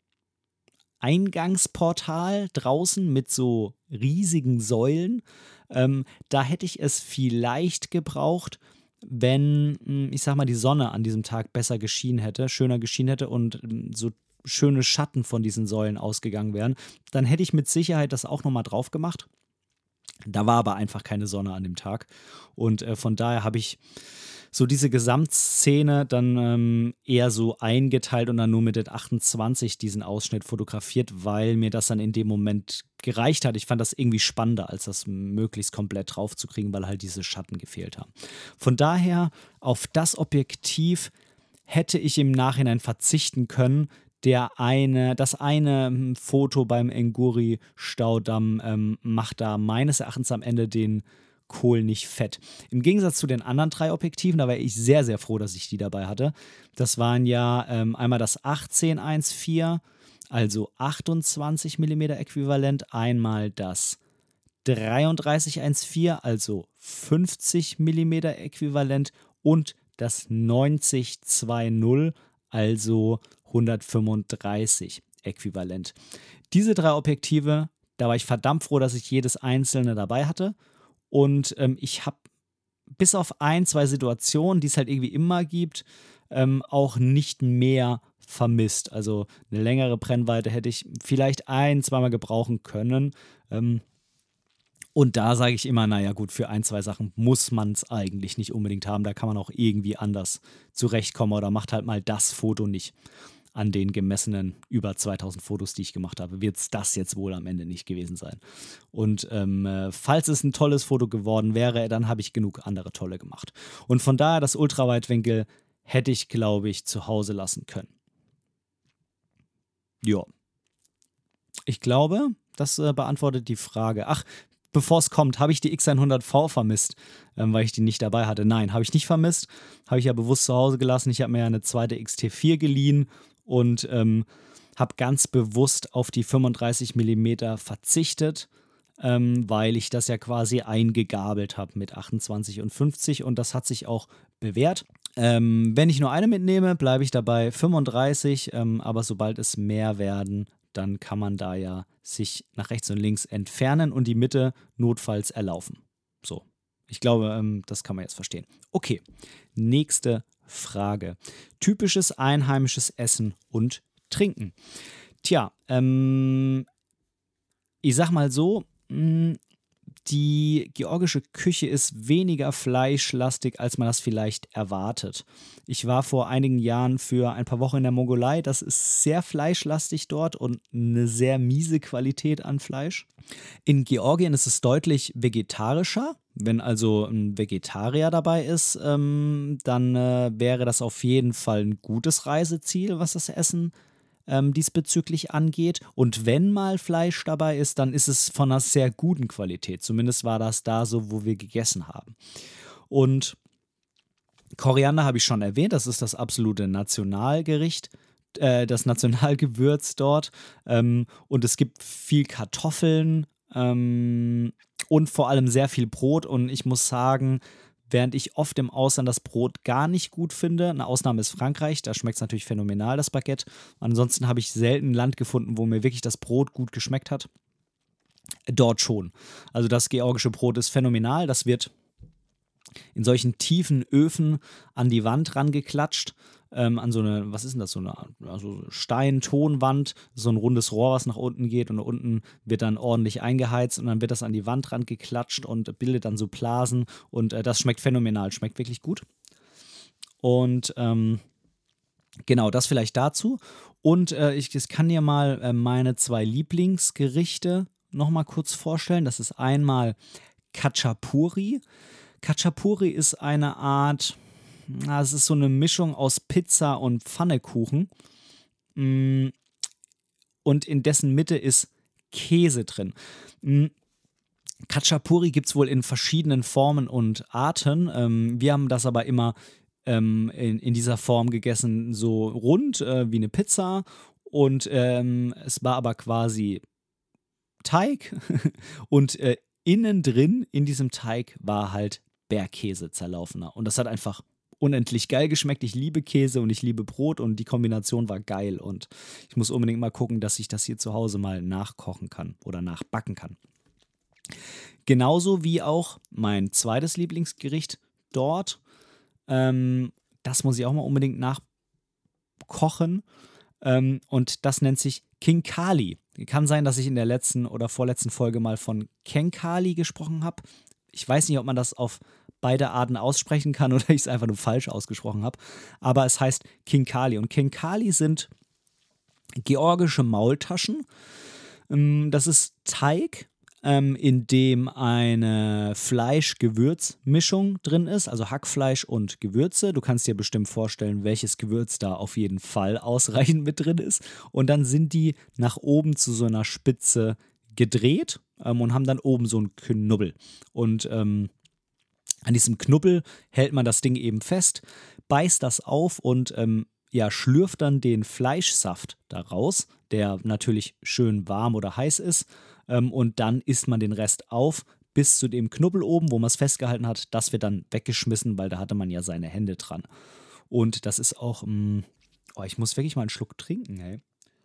Eingangsportal draußen mit so riesigen Säulen. Ähm, da hätte ich es vielleicht gebraucht, wenn, ich sag mal, die Sonne an diesem Tag besser geschienen hätte, schöner geschienen hätte und so schöne Schatten von diesen Säulen ausgegangen wären. Dann hätte ich mit Sicherheit das auch nochmal drauf gemacht. Da war aber einfach keine Sonne an dem Tag. Und äh, von daher habe ich so diese Gesamtszene dann ähm, eher so eingeteilt und dann nur mit der achtundzwanzig diesen Ausschnitt fotografiert, weil mir das dann in dem Moment gereicht hat. Ich fand das irgendwie spannender, als das möglichst komplett drauf zu kriegen, weil halt diese Schatten gefehlt haben. Von daher, auf das Objektiv hätte ich im Nachhinein verzichten können. Der eine, das eine hm, Foto beim Nguri-Staudamm ähm, macht da meines Erachtens am Ende den Kohl nicht fett. Im Gegensatz zu den anderen drei Objektiven, da war ich sehr, sehr froh, dass ich die dabei hatte. Das waren ja ähm, einmal das achtzehn eins vier, also achtundzwanzig Millimeter äquivalent, einmal das dreiunddreißig eins vier, also fünfzig Millimeter äquivalent und das neunzig zwanzig, also hundertfünfunddreißig äquivalent. Diese drei Objektive, da war ich verdammt froh, dass ich jedes einzelne dabei hatte. Und ähm, ich habe bis auf ein, zwei Situationen, die es halt irgendwie immer gibt, ähm, auch nicht mehr vermisst. Also eine längere Brennweite hätte ich vielleicht ein, zweimal gebrauchen können. Ähm, und da sage ich immer, naja gut, für ein, zwei Sachen muss man es eigentlich nicht unbedingt haben. Da kann man auch irgendwie anders zurechtkommen oder macht halt mal das Foto nicht. An den gemessenen über zweitausend Fotos, die ich gemacht habe, wird es das jetzt wohl am Ende nicht gewesen sein. Und ähm, äh, falls es ein tolles Foto geworden wäre, dann habe ich genug andere tolle gemacht. Und von daher, das Ultraweitwinkel hätte ich, glaube ich, zu Hause lassen können. Ja. Ich glaube, das äh, beantwortet die Frage. Ach, bevor es kommt, habe ich die X hundert V vermisst, ähm, weil ich die nicht dabei hatte. Nein, habe ich nicht vermisst. Habe ich ja bewusst zu Hause gelassen. Ich habe mir ja eine zweite X T vier geliehen und ähm, habe ganz bewusst auf die fünfunddreißig Millimeter verzichtet, ähm, weil ich das ja quasi eingegabelt habe mit achtundzwanzig und fünfzig und das hat sich auch bewährt. Ähm, wenn ich nur eine mitnehme, bleibe ich dabei fünfunddreißig, ähm, aber sobald es mehr werden, dann kann man da ja sich nach rechts und links entfernen und die Mitte notfalls erlaufen. So, ich glaube, ähm, das kann man jetzt verstehen. Okay, nächste Frage. Typisches einheimisches Essen und Trinken. Tja, ähm, ich sag mal so, mh, die georgische Küche ist weniger fleischlastig, als man das vielleicht erwartet. Ich war vor einigen Jahren für ein paar Wochen in der Mongolei. Das ist sehr fleischlastig dort und eine sehr miese Qualität an Fleisch. In Georgien ist es deutlich vegetarischer. Wenn also ein Vegetarier dabei ist, ähm, dann äh, wäre das auf jeden Fall ein gutes Reiseziel, was das Essen ähm, diesbezüglich angeht. Und wenn mal Fleisch dabei ist, dann ist es von einer sehr guten Qualität. Zumindest war das da so, wo wir gegessen haben. Und Koriander habe ich schon erwähnt, das ist das absolute Nationalgericht, äh, das Nationalgewürz dort. Ähm, und es gibt viel Kartoffeln ähm, und vor allem sehr viel Brot. Und ich muss sagen, während ich oft im Ausland das Brot gar nicht gut finde, eine Ausnahme ist Frankreich, da schmeckt es natürlich phänomenal, das Baguette. Ansonsten habe ich selten ein Land gefunden, wo mir wirklich das Brot gut geschmeckt hat. Dort schon. Also das georgische Brot ist phänomenal, das wird in solchen tiefen Öfen an die Wand rangeklatscht, ähm, an so eine, was ist denn das, so eine also Stein-Tonwand, so ein rundes Rohr, was nach unten geht und da unten wird dann ordentlich eingeheizt und dann wird das an die Wand rangeklatscht und bildet dann so Blasen und äh, das schmeckt phänomenal, schmeckt wirklich gut. Und ähm, genau, das vielleicht dazu. Und äh, ich, ich kann dir mal äh, meine zwei Lieblingsgerichte nochmal kurz vorstellen. Das ist einmal Khachapuri. Khachapuri ist eine Art, na, es ist so eine Mischung aus Pizza und Pfannekuchen. Und in dessen Mitte ist Käse drin. Khachapuri gibt es wohl in verschiedenen Formen und Arten. Wir haben das aber immer in, in dieser Form gegessen, so rund äh, wie eine Pizza. Und ähm, es war aber quasi Teig und äh, innen drin in diesem Teig war halt Bergkäse zerlaufener. Und das hat einfach unendlich geil geschmeckt. Ich liebe Käse und ich liebe Brot und die Kombination war geil. Und ich muss unbedingt mal gucken, dass ich das hier zu Hause mal nachkochen kann oder nachbacken kann. Genauso wie auch mein zweites Lieblingsgericht dort. Ähm, das muss ich auch mal unbedingt nachkochen. Ähm, und das nennt sich Khinkali. Kann sein, dass ich in der letzten oder vorletzten Folge mal von Kenkali gesprochen habe. Ich weiß nicht, ob man das auf beide Arten aussprechen kann oder ich es einfach nur falsch ausgesprochen habe. Aber es heißt Khinkali. Und Khinkali sind georgische Maultaschen. Das ist Teig, in dem eine Fleisch-Gewürz-Mischung drin ist, also Hackfleisch und Gewürze. Du kannst dir bestimmt vorstellen, welches Gewürz da auf jeden Fall ausreichend mit drin ist. Und dann sind die nach oben zu so einer Spitze gedreht ähm, und haben dann oben so einen Knubbel. Und ähm, an diesem Knubbel hält man das Ding eben fest, beißt das auf und ähm, ja, schlürft dann den Fleischsaft daraus, der natürlich schön warm oder heiß ist. Ähm, und dann isst man den Rest auf bis zu dem Knubbel oben, wo man es festgehalten hat. Das wird dann weggeschmissen, weil da hatte man ja seine Hände dran. Und das ist auch, mh, oh, ich muss wirklich mal einen Schluck trinken, ey.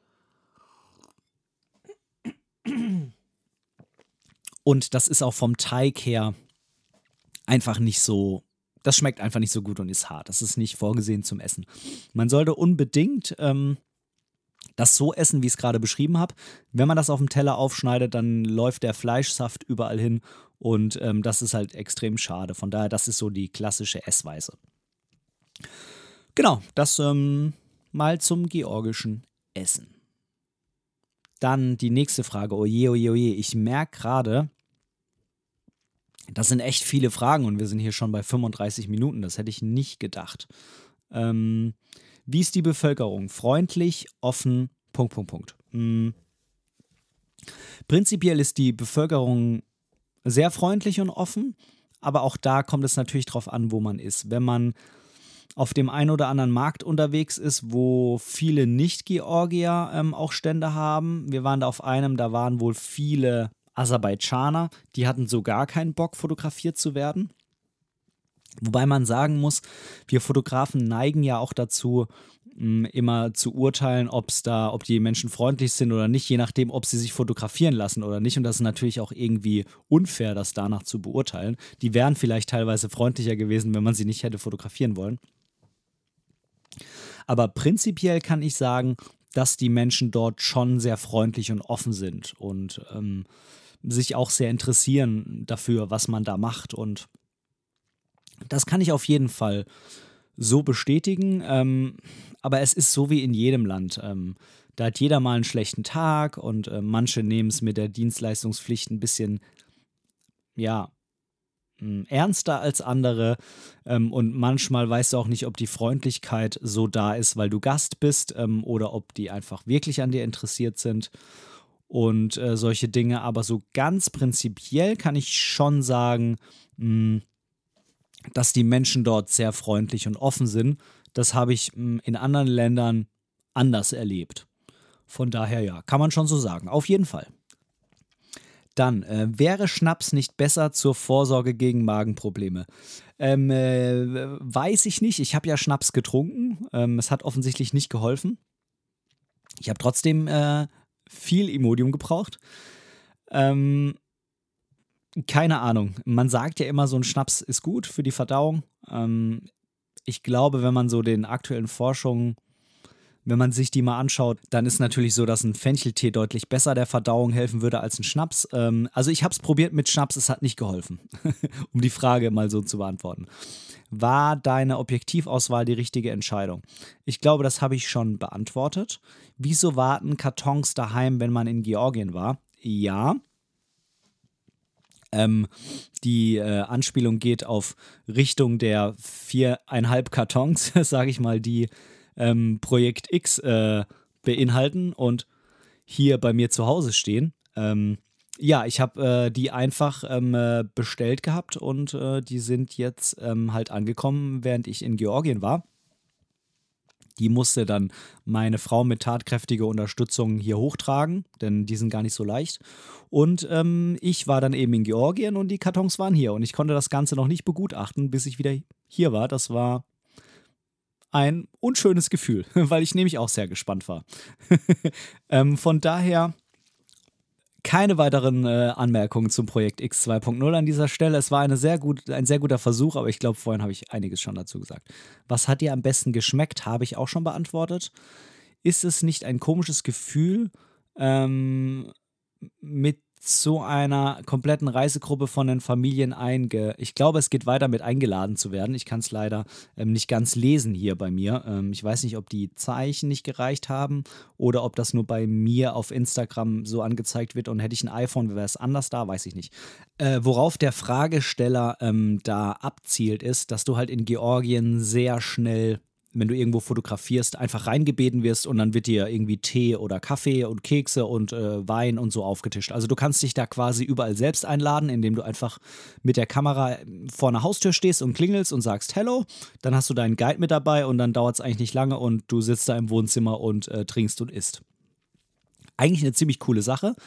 Und das ist auch vom Teig her einfach nicht so, das schmeckt einfach nicht so gut und ist hart. Das ist nicht vorgesehen zum Essen. Man sollte unbedingt ähm, das so essen, wie ich es gerade beschrieben habe. Wenn man das auf dem Teller aufschneidet, dann läuft der Fleischsaft überall hin und ähm, das ist halt extrem schade. Von daher, das ist so die klassische Essweise. Genau, das ähm, mal zum georgischen Essen. Dann die nächste Frage. Oje, oje, oje. Ich merke gerade, das sind echt viele Fragen und wir sind hier schon bei fünfunddreißig Minuten. Das hätte ich nicht gedacht. Ähm, wie ist die Bevölkerung? Freundlich, offen, Punkt, Punkt, Punkt. Hm. Prinzipiell ist die Bevölkerung sehr freundlich und offen, aber auch da kommt es natürlich drauf an, wo man ist. Wenn man auf dem einen oder anderen Markt unterwegs ist, wo viele Nicht-Georgier ähm, auch Stände haben. Wir waren da auf einem, da waren wohl viele Aserbaidschaner, die hatten so gar keinen Bock, fotografiert zu werden. Wobei man sagen muss, wir Fotografen neigen ja auch dazu, mh, immer zu urteilen, ob's da, ob die Menschen freundlich sind oder nicht, je nachdem, ob sie sich fotografieren lassen oder nicht. Und das ist natürlich auch irgendwie unfair, das danach zu beurteilen. Die wären vielleicht teilweise freundlicher gewesen, wenn man sie nicht hätte fotografieren wollen. Aber prinzipiell kann ich sagen, dass die Menschen dort schon sehr freundlich und offen sind und ähm, sich auch sehr interessieren dafür, was man da macht. Und das kann ich auf jeden Fall so bestätigen. Ähm, aber es ist so wie in jedem Land. Ähm, da hat jeder mal einen schlechten Tag und äh, manche nehmen es mit der Dienstleistungspflicht ein bisschen, ja, mh, ernster als andere. Ähm, und manchmal weißt du auch nicht, ob die Freundlichkeit so da ist, weil du Gast bist, ähm, oder ob die einfach wirklich an dir interessiert sind. Und äh, solche Dinge. Aber so ganz prinzipiell kann ich schon sagen, mh, dass die Menschen dort sehr freundlich und offen sind. Das habe ich mh, in anderen Ländern anders erlebt. Von daher ja, kann man schon so sagen. Auf jeden Fall. Dann, äh, wäre Schnaps nicht besser zur Vorsorge gegen Magenprobleme? Ähm, äh, weiß ich nicht. Ich habe ja Schnaps getrunken. Ähm, es hat offensichtlich nicht geholfen. Ich habe trotzdem äh, viel Imodium gebraucht. Ähm, keine Ahnung. Man sagt ja immer, so ein Schnaps ist gut für die Verdauung. Ähm, ich glaube, wenn man so den aktuellen Forschungen, wenn man sich die mal anschaut, dann ist natürlich so, dass ein Fencheltee deutlich besser der Verdauung helfen würde als ein Schnaps. Ähm, also ich habe es probiert mit Schnaps, es hat nicht geholfen, um die Frage mal so zu beantworten. War deine Objektivauswahl die richtige Entscheidung? Ich glaube, das habe ich schon beantwortet. Wieso warten Kartons daheim, wenn man in Georgien war? Ja. Ähm, die äh, Anspielung geht auf Richtung der viereinhalb Kartons, sage ich mal, die ähm, Projekt X äh, beinhalten und hier bei mir zu Hause stehen. Ähm, ja, ich habe äh, die einfach ähm, äh, bestellt gehabt und äh, die sind jetzt ähm, halt angekommen, während ich in Georgien war. Die musste dann meine Frau mit tatkräftiger Unterstützung hier hochtragen, denn die sind gar nicht so leicht. Und ähm, ich war dann eben in Georgien und die Kartons waren hier. Und ich konnte das Ganze noch nicht begutachten, bis ich wieder hier war. Das war ein unschönes Gefühl, weil ich nämlich auch sehr gespannt war. ähm, von daher keine weiteren äh, Anmerkungen zum Projekt X zwei Punkt null an dieser Stelle. Es war eine sehr gut, ein sehr guter Versuch, aber ich glaube, vorhin habe ich einiges schon dazu gesagt. Was hat dir am besten geschmeckt, habe ich auch schon beantwortet. Ist es nicht ein komisches Gefühl, ähm, mit so einer kompletten Reisegruppe von den Familien einge... Ich glaube, es geht weiter mit eingeladen zu werden. Ich kann es leider ähm, nicht ganz lesen hier bei mir. Ähm, ich weiß nicht, ob die Zeichen nicht gereicht haben oder ob das nur bei mir auf Instagram so angezeigt wird und hätte ich ein iPhone, wäre es anders da, weiß ich nicht. Äh, worauf der Fragesteller ähm, da abzielt, ist, dass du halt in Georgien sehr schnell, wenn du irgendwo fotografierst, einfach reingebeten wirst und dann wird dir irgendwie Tee oder Kaffee und Kekse und äh, Wein und so aufgetischt. Also du kannst dich da quasi überall selbst einladen, indem du einfach mit der Kamera vor einer Haustür stehst und klingelst und sagst Hello, dann hast du deinen Guide mit dabei und dann dauert es eigentlich nicht lange und du sitzt da im Wohnzimmer und äh, trinkst und isst. Eigentlich eine ziemlich coole Sache,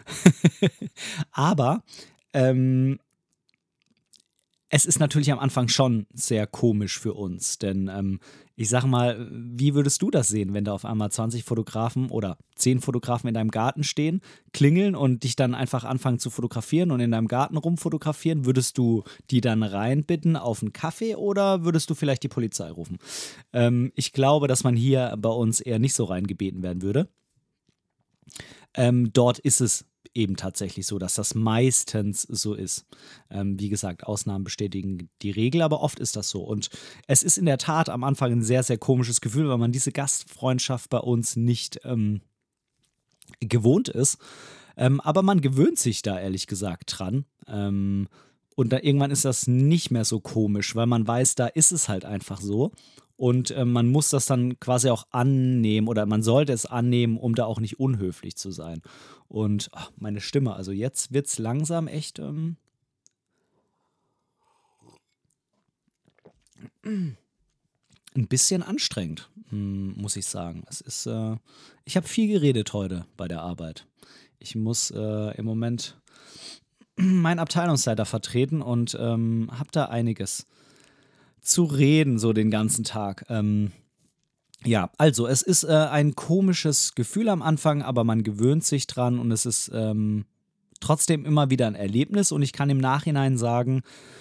aber ähm, es ist natürlich am Anfang schon sehr komisch für uns, denn ähm, ich sag mal, wie würdest du das sehen, wenn da auf einmal zwanzig Fotografen oder zehn Fotografen in deinem Garten stehen, klingeln und dich dann einfach anfangen zu fotografieren und in deinem Garten rumfotografieren? Würdest du die dann reinbitten auf einen Kaffee oder würdest du vielleicht die Polizei rufen? Ähm, ich glaube, dass man hier bei uns eher nicht so reingebeten werden würde. Ähm, dort ist es eben tatsächlich so, dass das meistens so ist. Ähm, wie gesagt, Ausnahmen bestätigen die Regel, aber oft ist das so. Und es ist in der Tat am Anfang ein sehr, sehr komisches Gefühl, weil man diese Gastfreundschaft bei uns nicht ähm, gewohnt ist. Ähm, aber man gewöhnt sich da ehrlich gesagt dran. Ähm, und da, irgendwann ist das nicht mehr so komisch, weil man weiß, da ist es halt einfach so. Und äh, man muss das dann quasi auch annehmen oder man sollte es annehmen, um da auch nicht unhöflich zu sein. Und ach, meine Stimme, also jetzt wird es langsam echt. Ähm ein bisschen anstrengend, hm, muss ich sagen. Es ist, äh, ich habe viel geredet heute bei der Arbeit. Ich muss äh, im Moment meinen Abteilungsleiter vertreten und ähm, habe da einiges zu reden, so den ganzen Tag. Ähm, ja, also es ist äh, ein komisches Gefühl am Anfang, aber man gewöhnt sich dran und es ist ähm, trotzdem immer wieder ein Erlebnis und ich kann im Nachhinein sagen,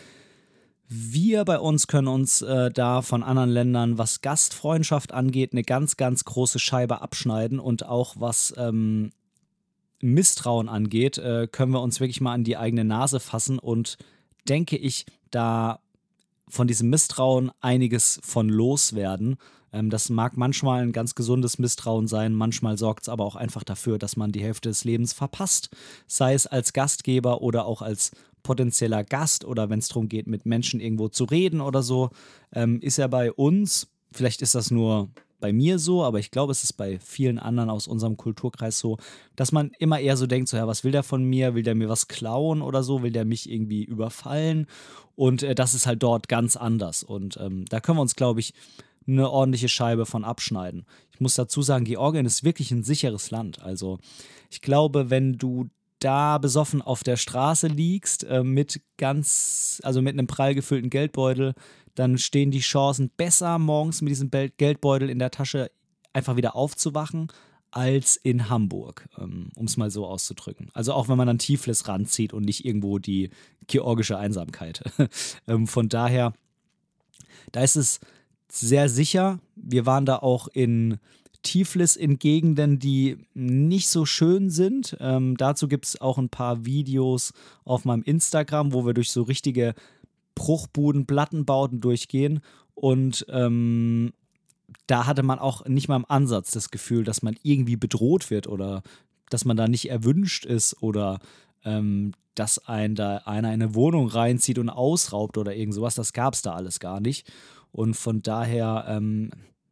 wir bei uns können uns äh, da von anderen Ländern, was Gastfreundschaft angeht, eine ganz, ganz große Scheibe abschneiden und auch was ähm, Misstrauen angeht, äh, können wir uns wirklich mal an die eigene Nase fassen und denke ich, da von diesem Misstrauen einiges von loswerden. Ähm, das mag manchmal ein ganz gesundes Misstrauen sein, manchmal sorgt es aber auch einfach dafür, dass man die Hälfte des Lebens verpasst, sei es als Gastgeber oder auch als potenzieller Gast oder wenn es darum geht, mit Menschen irgendwo zu reden oder so, ähm, ist ja bei uns, vielleicht ist das nur bei mir so, aber ich glaube, es ist bei vielen anderen aus unserem Kulturkreis so, dass man immer eher so denkt, so, ja, was will der von mir? Will der mir was klauen oder so? Will der mich irgendwie überfallen? Und äh, das ist halt dort ganz anders. Und ähm, da können wir uns, glaube ich, eine ordentliche Scheibe von abschneiden. Ich muss dazu sagen, Georgien ist wirklich ein sicheres Land. Also ich glaube, wenn du da besoffen auf der Straße liegst, äh, mit ganz, also mit einem prall gefüllten Geldbeutel, dann stehen die Chancen besser, morgens mit diesem Bel- Geldbeutel in der Tasche einfach wieder aufzuwachen, als in Hamburg, ähm, um es mal so auszudrücken. Also auch wenn man dann Tiflis ranzieht und nicht irgendwo die georgische Einsamkeit. ähm, von daher, da ist es sehr sicher. Wir waren da auch in Tiflis in Gegenden, die nicht so schön sind. Ähm, dazu gibt es auch ein paar Videos auf meinem Instagram, wo wir durch so richtige Bruchbuden, Plattenbauten durchgehen. Und ähm, da hatte man auch nicht mal im Ansatz das Gefühl, dass man irgendwie bedroht wird oder dass man da nicht erwünscht ist oder ähm, dass ein da einer in eine Wohnung reinzieht und ausraubt oder irgend sowas. Das gab es da alles gar nicht. Und von daher, ähm,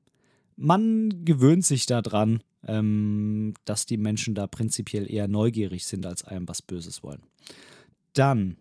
man gewöhnt sich daran, ähm, dass die Menschen da prinzipiell eher neugierig sind, als einem was Böses wollen. Dann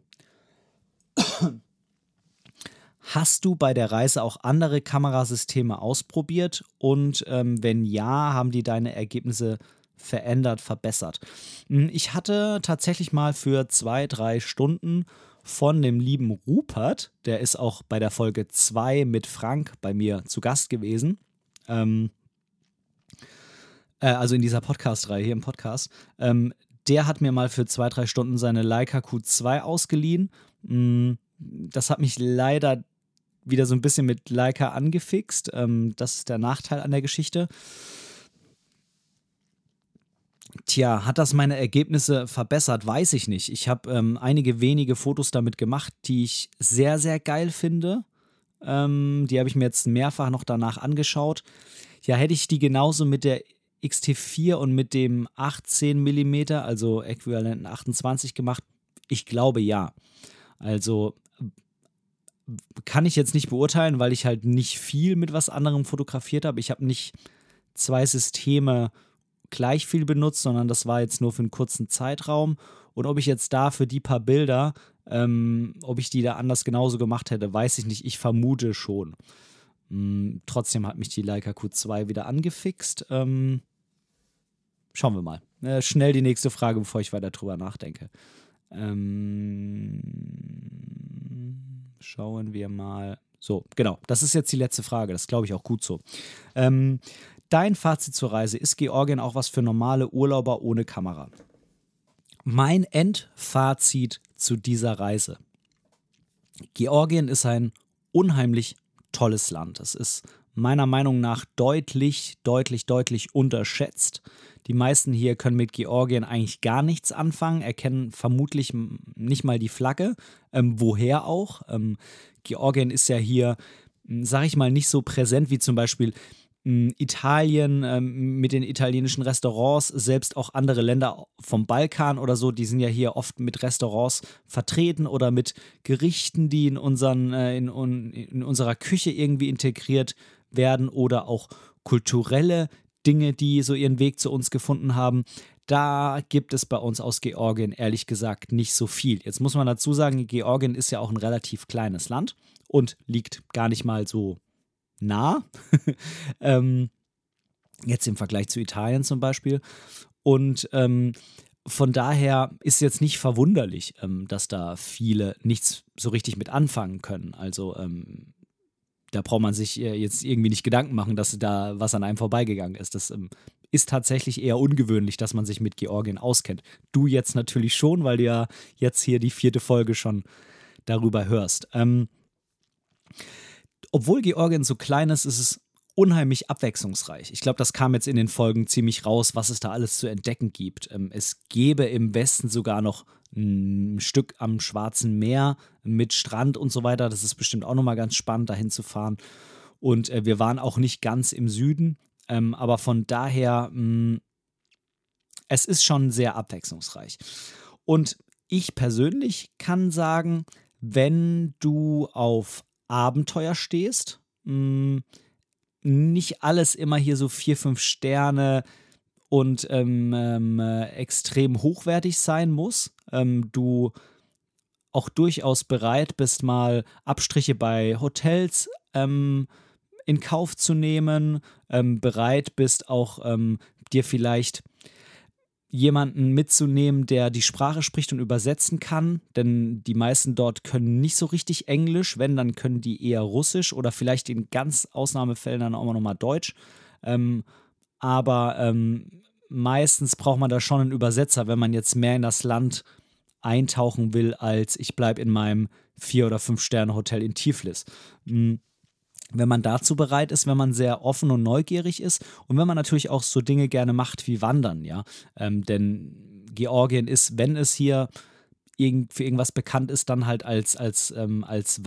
hast du bei der Reise auch andere Kamerasysteme ausprobiert? Und ähm, wenn ja, haben die deine Ergebnisse verändert, verbessert? Ich hatte tatsächlich mal für zwei, drei Stunden von dem lieben Rupert, der ist auch bei der Folge zwei mit Frank bei mir zu Gast gewesen, ähm, äh, also in dieser Podcast-Reihe hier im Podcast, ähm, der hat mir mal für zwei, drei Stunden seine Leica Q zwei ausgeliehen. Das hat mich leider wieder so ein bisschen mit Leica angefixt. Ähm, das ist der Nachteil an der Geschichte. Tja, hat das meine Ergebnisse verbessert? Weiß ich nicht. Ich habe ähm, einige wenige Fotos damit gemacht, die ich sehr, sehr geil finde. Ähm, die habe ich mir jetzt mehrfach noch danach angeschaut. Ja, hätte ich die genauso mit der X T vier und mit dem achtzehn Millimeter, also äquivalenten achtundzwanzig gemacht? Ich glaube ja. Also kann ich jetzt nicht beurteilen, weil ich halt nicht viel mit was anderem fotografiert habe. Ich habe nicht zwei Systeme gleich viel benutzt, sondern das war jetzt nur für einen kurzen Zeitraum. Und ob ich jetzt da für die paar Bilder, ähm, ob ich die da anders genauso gemacht hätte, weiß ich nicht. Ich vermute schon. Ähm, trotzdem hat mich die Leica Q zwei wieder angefixt. Ähm, schauen wir mal. Äh, schnell die nächste Frage, bevor ich weiter drüber nachdenke. Ähm, schauen wir mal. So, genau. Das ist jetzt die letzte Frage. Das glaube ich auch gut so. Ähm, Dein Fazit zur Reise: Ist Georgien auch was für normale Urlauber ohne Kamera? Mein Endfazit zu dieser Reise: Georgien ist ein unheimlich tolles Land. Es ist meiner Meinung nach deutlich, deutlich, deutlich unterschätzt. Die meisten hier können mit Georgien eigentlich gar nichts anfangen, erkennen vermutlich nicht mal die Flagge. Ähm, woher auch? Ähm, Georgien ist ja hier, sag ich mal, nicht so präsent wie zum Beispiel Italien ähm, mit den italienischen Restaurants, selbst auch andere Länder vom Balkan oder so, die sind ja hier oft mit Restaurants vertreten oder mit Gerichten, die in, unseren, äh, in, un, in unserer Küche irgendwie integriert werden oder auch kulturelle Dinge, die so ihren Weg zu uns gefunden haben. Da gibt es bei uns aus Georgien ehrlich gesagt nicht so viel. Jetzt muss man dazu sagen, Georgien ist ja auch ein relativ kleines Land und liegt gar nicht mal so nah. ähm, jetzt im Vergleich zu Italien zum Beispiel. Und ähm, von daher ist jetzt nicht verwunderlich, ähm, dass da viele nichts so richtig mit anfangen können. Also ähm, da braucht man sich äh, jetzt irgendwie nicht Gedanken machen, dass da was an einem vorbeigegangen ist. Das ähm, ist tatsächlich eher ungewöhnlich, dass man sich mit Georgien auskennt. Du jetzt natürlich schon, weil du ja jetzt hier die vierte Folge schon darüber hörst. Ähm, obwohl Georgien so klein ist, ist es unheimlich abwechslungsreich. Ich glaube, das kam jetzt in den Folgen ziemlich raus, was es da alles zu entdecken gibt. Ähm, es gäbe im Westen sogar noch ein Stück am Schwarzen Meer mit Strand und so weiter. Das ist bestimmt auch nochmal ganz spannend, dahin zu fahren. Und äh, wir waren auch nicht ganz im Süden, ähm, aber von daher, mh, es ist schon sehr abwechslungsreich. Und ich persönlich kann sagen, wenn du auf Abenteuer stehst, mh, nicht alles immer hier so vier, fünf Sterne und ähm, ähm, äh, extrem hochwertig sein muss. Ähm, du auch durchaus bereit bist, mal Abstriche bei Hotels ähm, in Kauf zu nehmen, ähm, bereit bist auch ähm, dir vielleicht jemanden mitzunehmen, der die Sprache spricht und übersetzen kann, denn die meisten dort können nicht so richtig Englisch, wenn, dann können die eher Russisch oder vielleicht in ganz Ausnahmefällen dann auch nochmal Deutsch. Ähm, aber ähm, meistens braucht man da schon einen Übersetzer, wenn man jetzt mehr in das Land eintauchen will, als ich bleibe in meinem Vier- oder Fünf-Sterne-Hotel in Tiflis. Mhm. Wenn man dazu bereit ist, wenn man sehr offen und neugierig ist und wenn man natürlich auch so Dinge gerne macht wie Wandern, ja. Ähm, denn Georgien ist, wenn es hier irgend, für irgendwas bekannt ist, dann halt als, als, ähm, als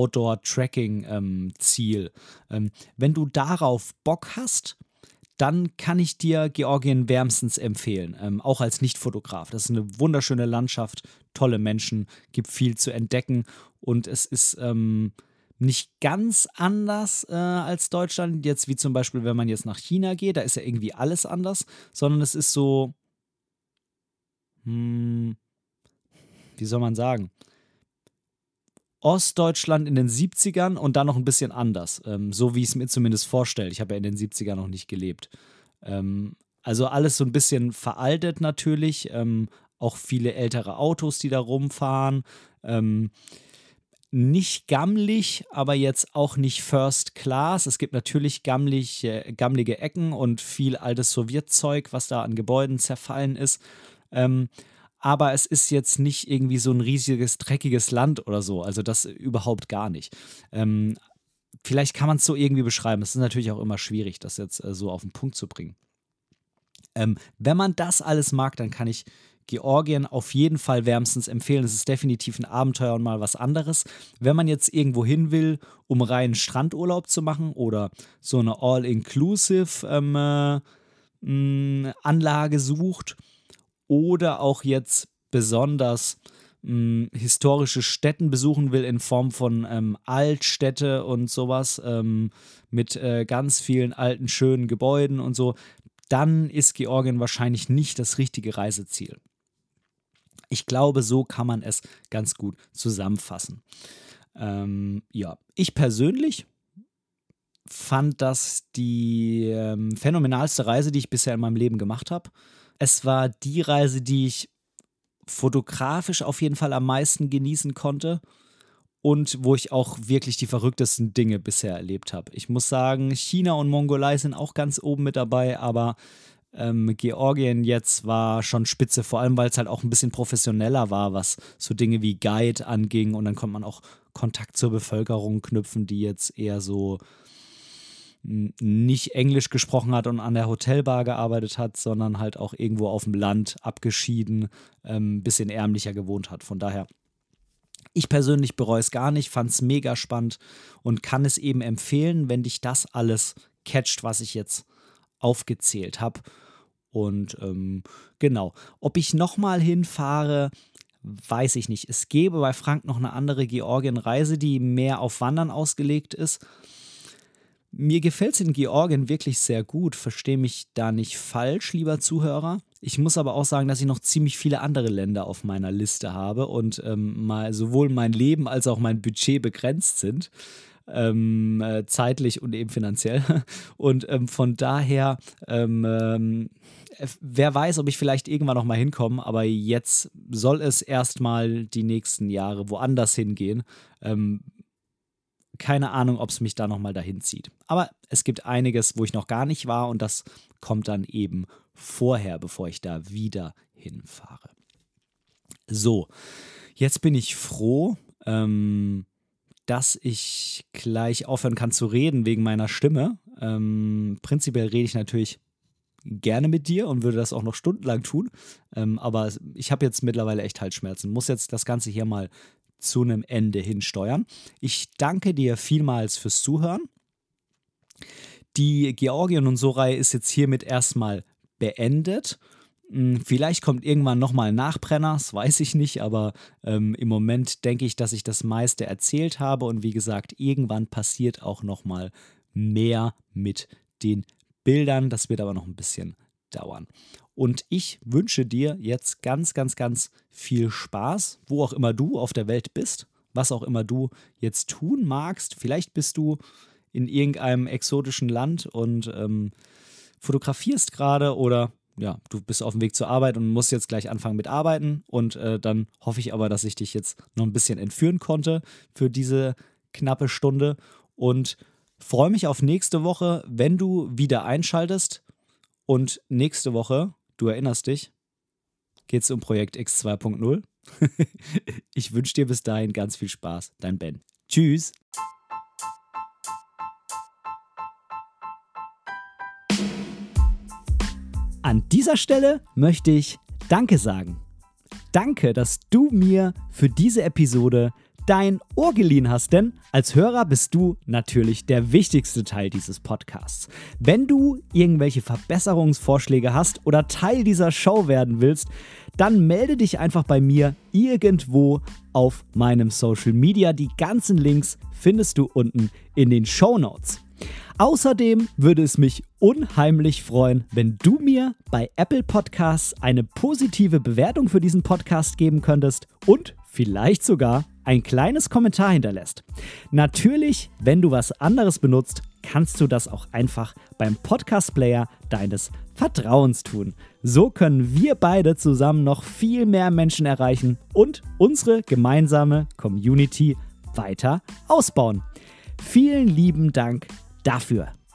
Wander-Outdoor-Tracking-Ziel. Ähm, wenn du darauf Bock hast, dann kann ich dir Georgien wärmstens empfehlen, ähm, auch als Nicht-Fotograf. Das ist eine wunderschöne Landschaft, tolle Menschen, gibt viel zu entdecken und es ist ähm, nicht ganz anders äh, als Deutschland, jetzt wie zum Beispiel, wenn man jetzt nach China geht, da ist ja irgendwie alles anders, sondern es ist so, hm, wie soll man sagen, Ostdeutschland in den siebzigern und dann noch ein bisschen anders, ähm, so wie ich es mir zumindest vorstelle. Ich habe ja in den siebzigern noch nicht gelebt. Ähm, also alles so ein bisschen veraltet natürlich, ähm, auch viele ältere Autos, die da rumfahren. Ähm, nicht gammelig, aber jetzt auch nicht First Class. Es gibt natürlich gammelig, äh, gammelige Ecken und viel altes Sowjetzeug, was da an Gebäuden zerfallen ist. Ähm, aber es ist jetzt nicht irgendwie so ein riesiges, dreckiges Land oder so. Also das überhaupt gar nicht. Ähm, vielleicht kann man es so irgendwie beschreiben. Es ist natürlich auch immer schwierig, das jetzt äh, so auf den Punkt zu bringen. Ähm, wenn man das alles mag, dann kann ich Georgien auf jeden Fall wärmstens empfehlen. Es ist definitiv ein Abenteuer und mal was anderes. Wenn man jetzt irgendwo hin will, um reinen Strandurlaub zu machen oder so eine All-Inclusive ähm, äh, mh, Anlage sucht oder auch jetzt besonders mh, historische Stätten besuchen will in Form von ähm, Altstädte und sowas ähm, mit äh, ganz vielen alten, schönen Gebäuden und so, dann ist Georgien wahrscheinlich nicht das richtige Reiseziel. Ich glaube, so kann man es ganz gut zusammenfassen. Ähm, ja, ich persönlich fand das die ähm, phänomenalste Reise, die ich bisher in meinem Leben gemacht habe. Es war die Reise, die ich fotografisch auf jeden Fall am meisten genießen konnte und wo ich auch wirklich die verrücktesten Dinge bisher erlebt habe. Ich muss sagen, China und Mongolei sind auch ganz oben mit dabei, aber ähm, Georgien jetzt war schon spitze, vor allem weil es halt auch ein bisschen professioneller war, was so Dinge wie Guide anging und dann konnte man auch Kontakt zur Bevölkerung knüpfen, die jetzt eher so m, nicht Englisch gesprochen hat und an der Hotelbar gearbeitet hat, sondern halt auch irgendwo auf dem Land abgeschieden, ein ähm, bisschen ärmlicher gewohnt hat. Von daher, ich persönlich bereue es gar nicht, fand es mega spannend und kann es eben empfehlen, wenn dich das alles catcht, was ich jetzt aufgezählt habe. Und ähm, genau, ob ich nochmal hinfahre, weiß ich nicht. Es gäbe bei Frank noch eine andere Georgien-Reise, die mehr auf Wandern ausgelegt ist. Mir gefällt es in Georgien wirklich sehr gut, verstehe mich da nicht falsch, lieber Zuhörer. Ich muss aber auch sagen, dass ich noch ziemlich viele andere Länder auf meiner Liste habe und ähm, mal sowohl mein Leben als auch mein Budget begrenzt sind. ähm, äh, zeitlich und eben finanziell. Und ähm, von daher, ähm, ähm, wer weiß, ob ich vielleicht irgendwann noch mal hinkomme, aber jetzt soll es erstmal die nächsten Jahre woanders hingehen. Ähm, keine Ahnung, ob es mich da noch mal dahin zieht. Aber es gibt einiges, wo ich noch gar nicht war und das kommt dann eben vorher, bevor ich da wieder hinfahre. So, jetzt bin ich froh, ähm, dass ich gleich aufhören kann zu reden wegen meiner Stimme. Ähm, prinzipiell rede ich natürlich gerne mit dir und würde das auch noch stundenlang tun. Ähm, aber ich habe jetzt mittlerweile echt Halsschmerzen. Muss jetzt das Ganze hier mal zu einem Ende hinsteuern. Ich danke dir vielmals fürs Zuhören. Die Georgien und so Reihe ist jetzt hiermit erstmal beendet. Vielleicht kommt irgendwann nochmal ein Nachbrenner, das weiß ich nicht, aber ähm, im Moment denke ich, dass ich das meiste erzählt habe und wie gesagt, irgendwann passiert auch nochmal mehr mit den Bildern. Das wird aber noch ein bisschen dauern. Und ich wünsche dir jetzt ganz, ganz, ganz viel Spaß, wo auch immer du auf der Welt bist, was auch immer du jetzt tun magst. Vielleicht bist du in irgendeinem exotischen Land und ähm, fotografierst gerade oder ja, du bist auf dem Weg zur Arbeit und musst jetzt gleich anfangen mit Arbeiten und äh, dann hoffe ich aber, dass ich dich jetzt noch ein bisschen entführen konnte für diese knappe Stunde und freue mich auf nächste Woche, wenn du wieder einschaltest und nächste Woche, du erinnerst dich, geht es um Projekt X zwei Punkt null. Ich wünsche dir bis dahin ganz viel Spaß. Dein Ben. Tschüss. An dieser Stelle möchte ich Danke sagen. Danke, dass du mir für diese Episode dein Ohr geliehen hast, denn als Hörer bist du natürlich der wichtigste Teil dieses Podcasts. Wenn du irgendwelche Verbesserungsvorschläge hast oder Teil dieser Show werden willst, dann melde dich einfach bei mir irgendwo auf meinem Social Media. Die ganzen Links findest du unten in den Shownotes. Außerdem würde es mich unheimlich freuen, wenn du mir bei Apple Podcasts eine positive Bewertung für diesen Podcast geben könntest und vielleicht sogar ein kleines Kommentar hinterlässt. Natürlich, wenn du was anderes benutzt, kannst du das auch einfach beim Podcast-Player deines Vertrauens tun. So können wir beide zusammen noch viel mehr Menschen erreichen und unsere gemeinsame Community weiter ausbauen. Vielen lieben Dank dafür.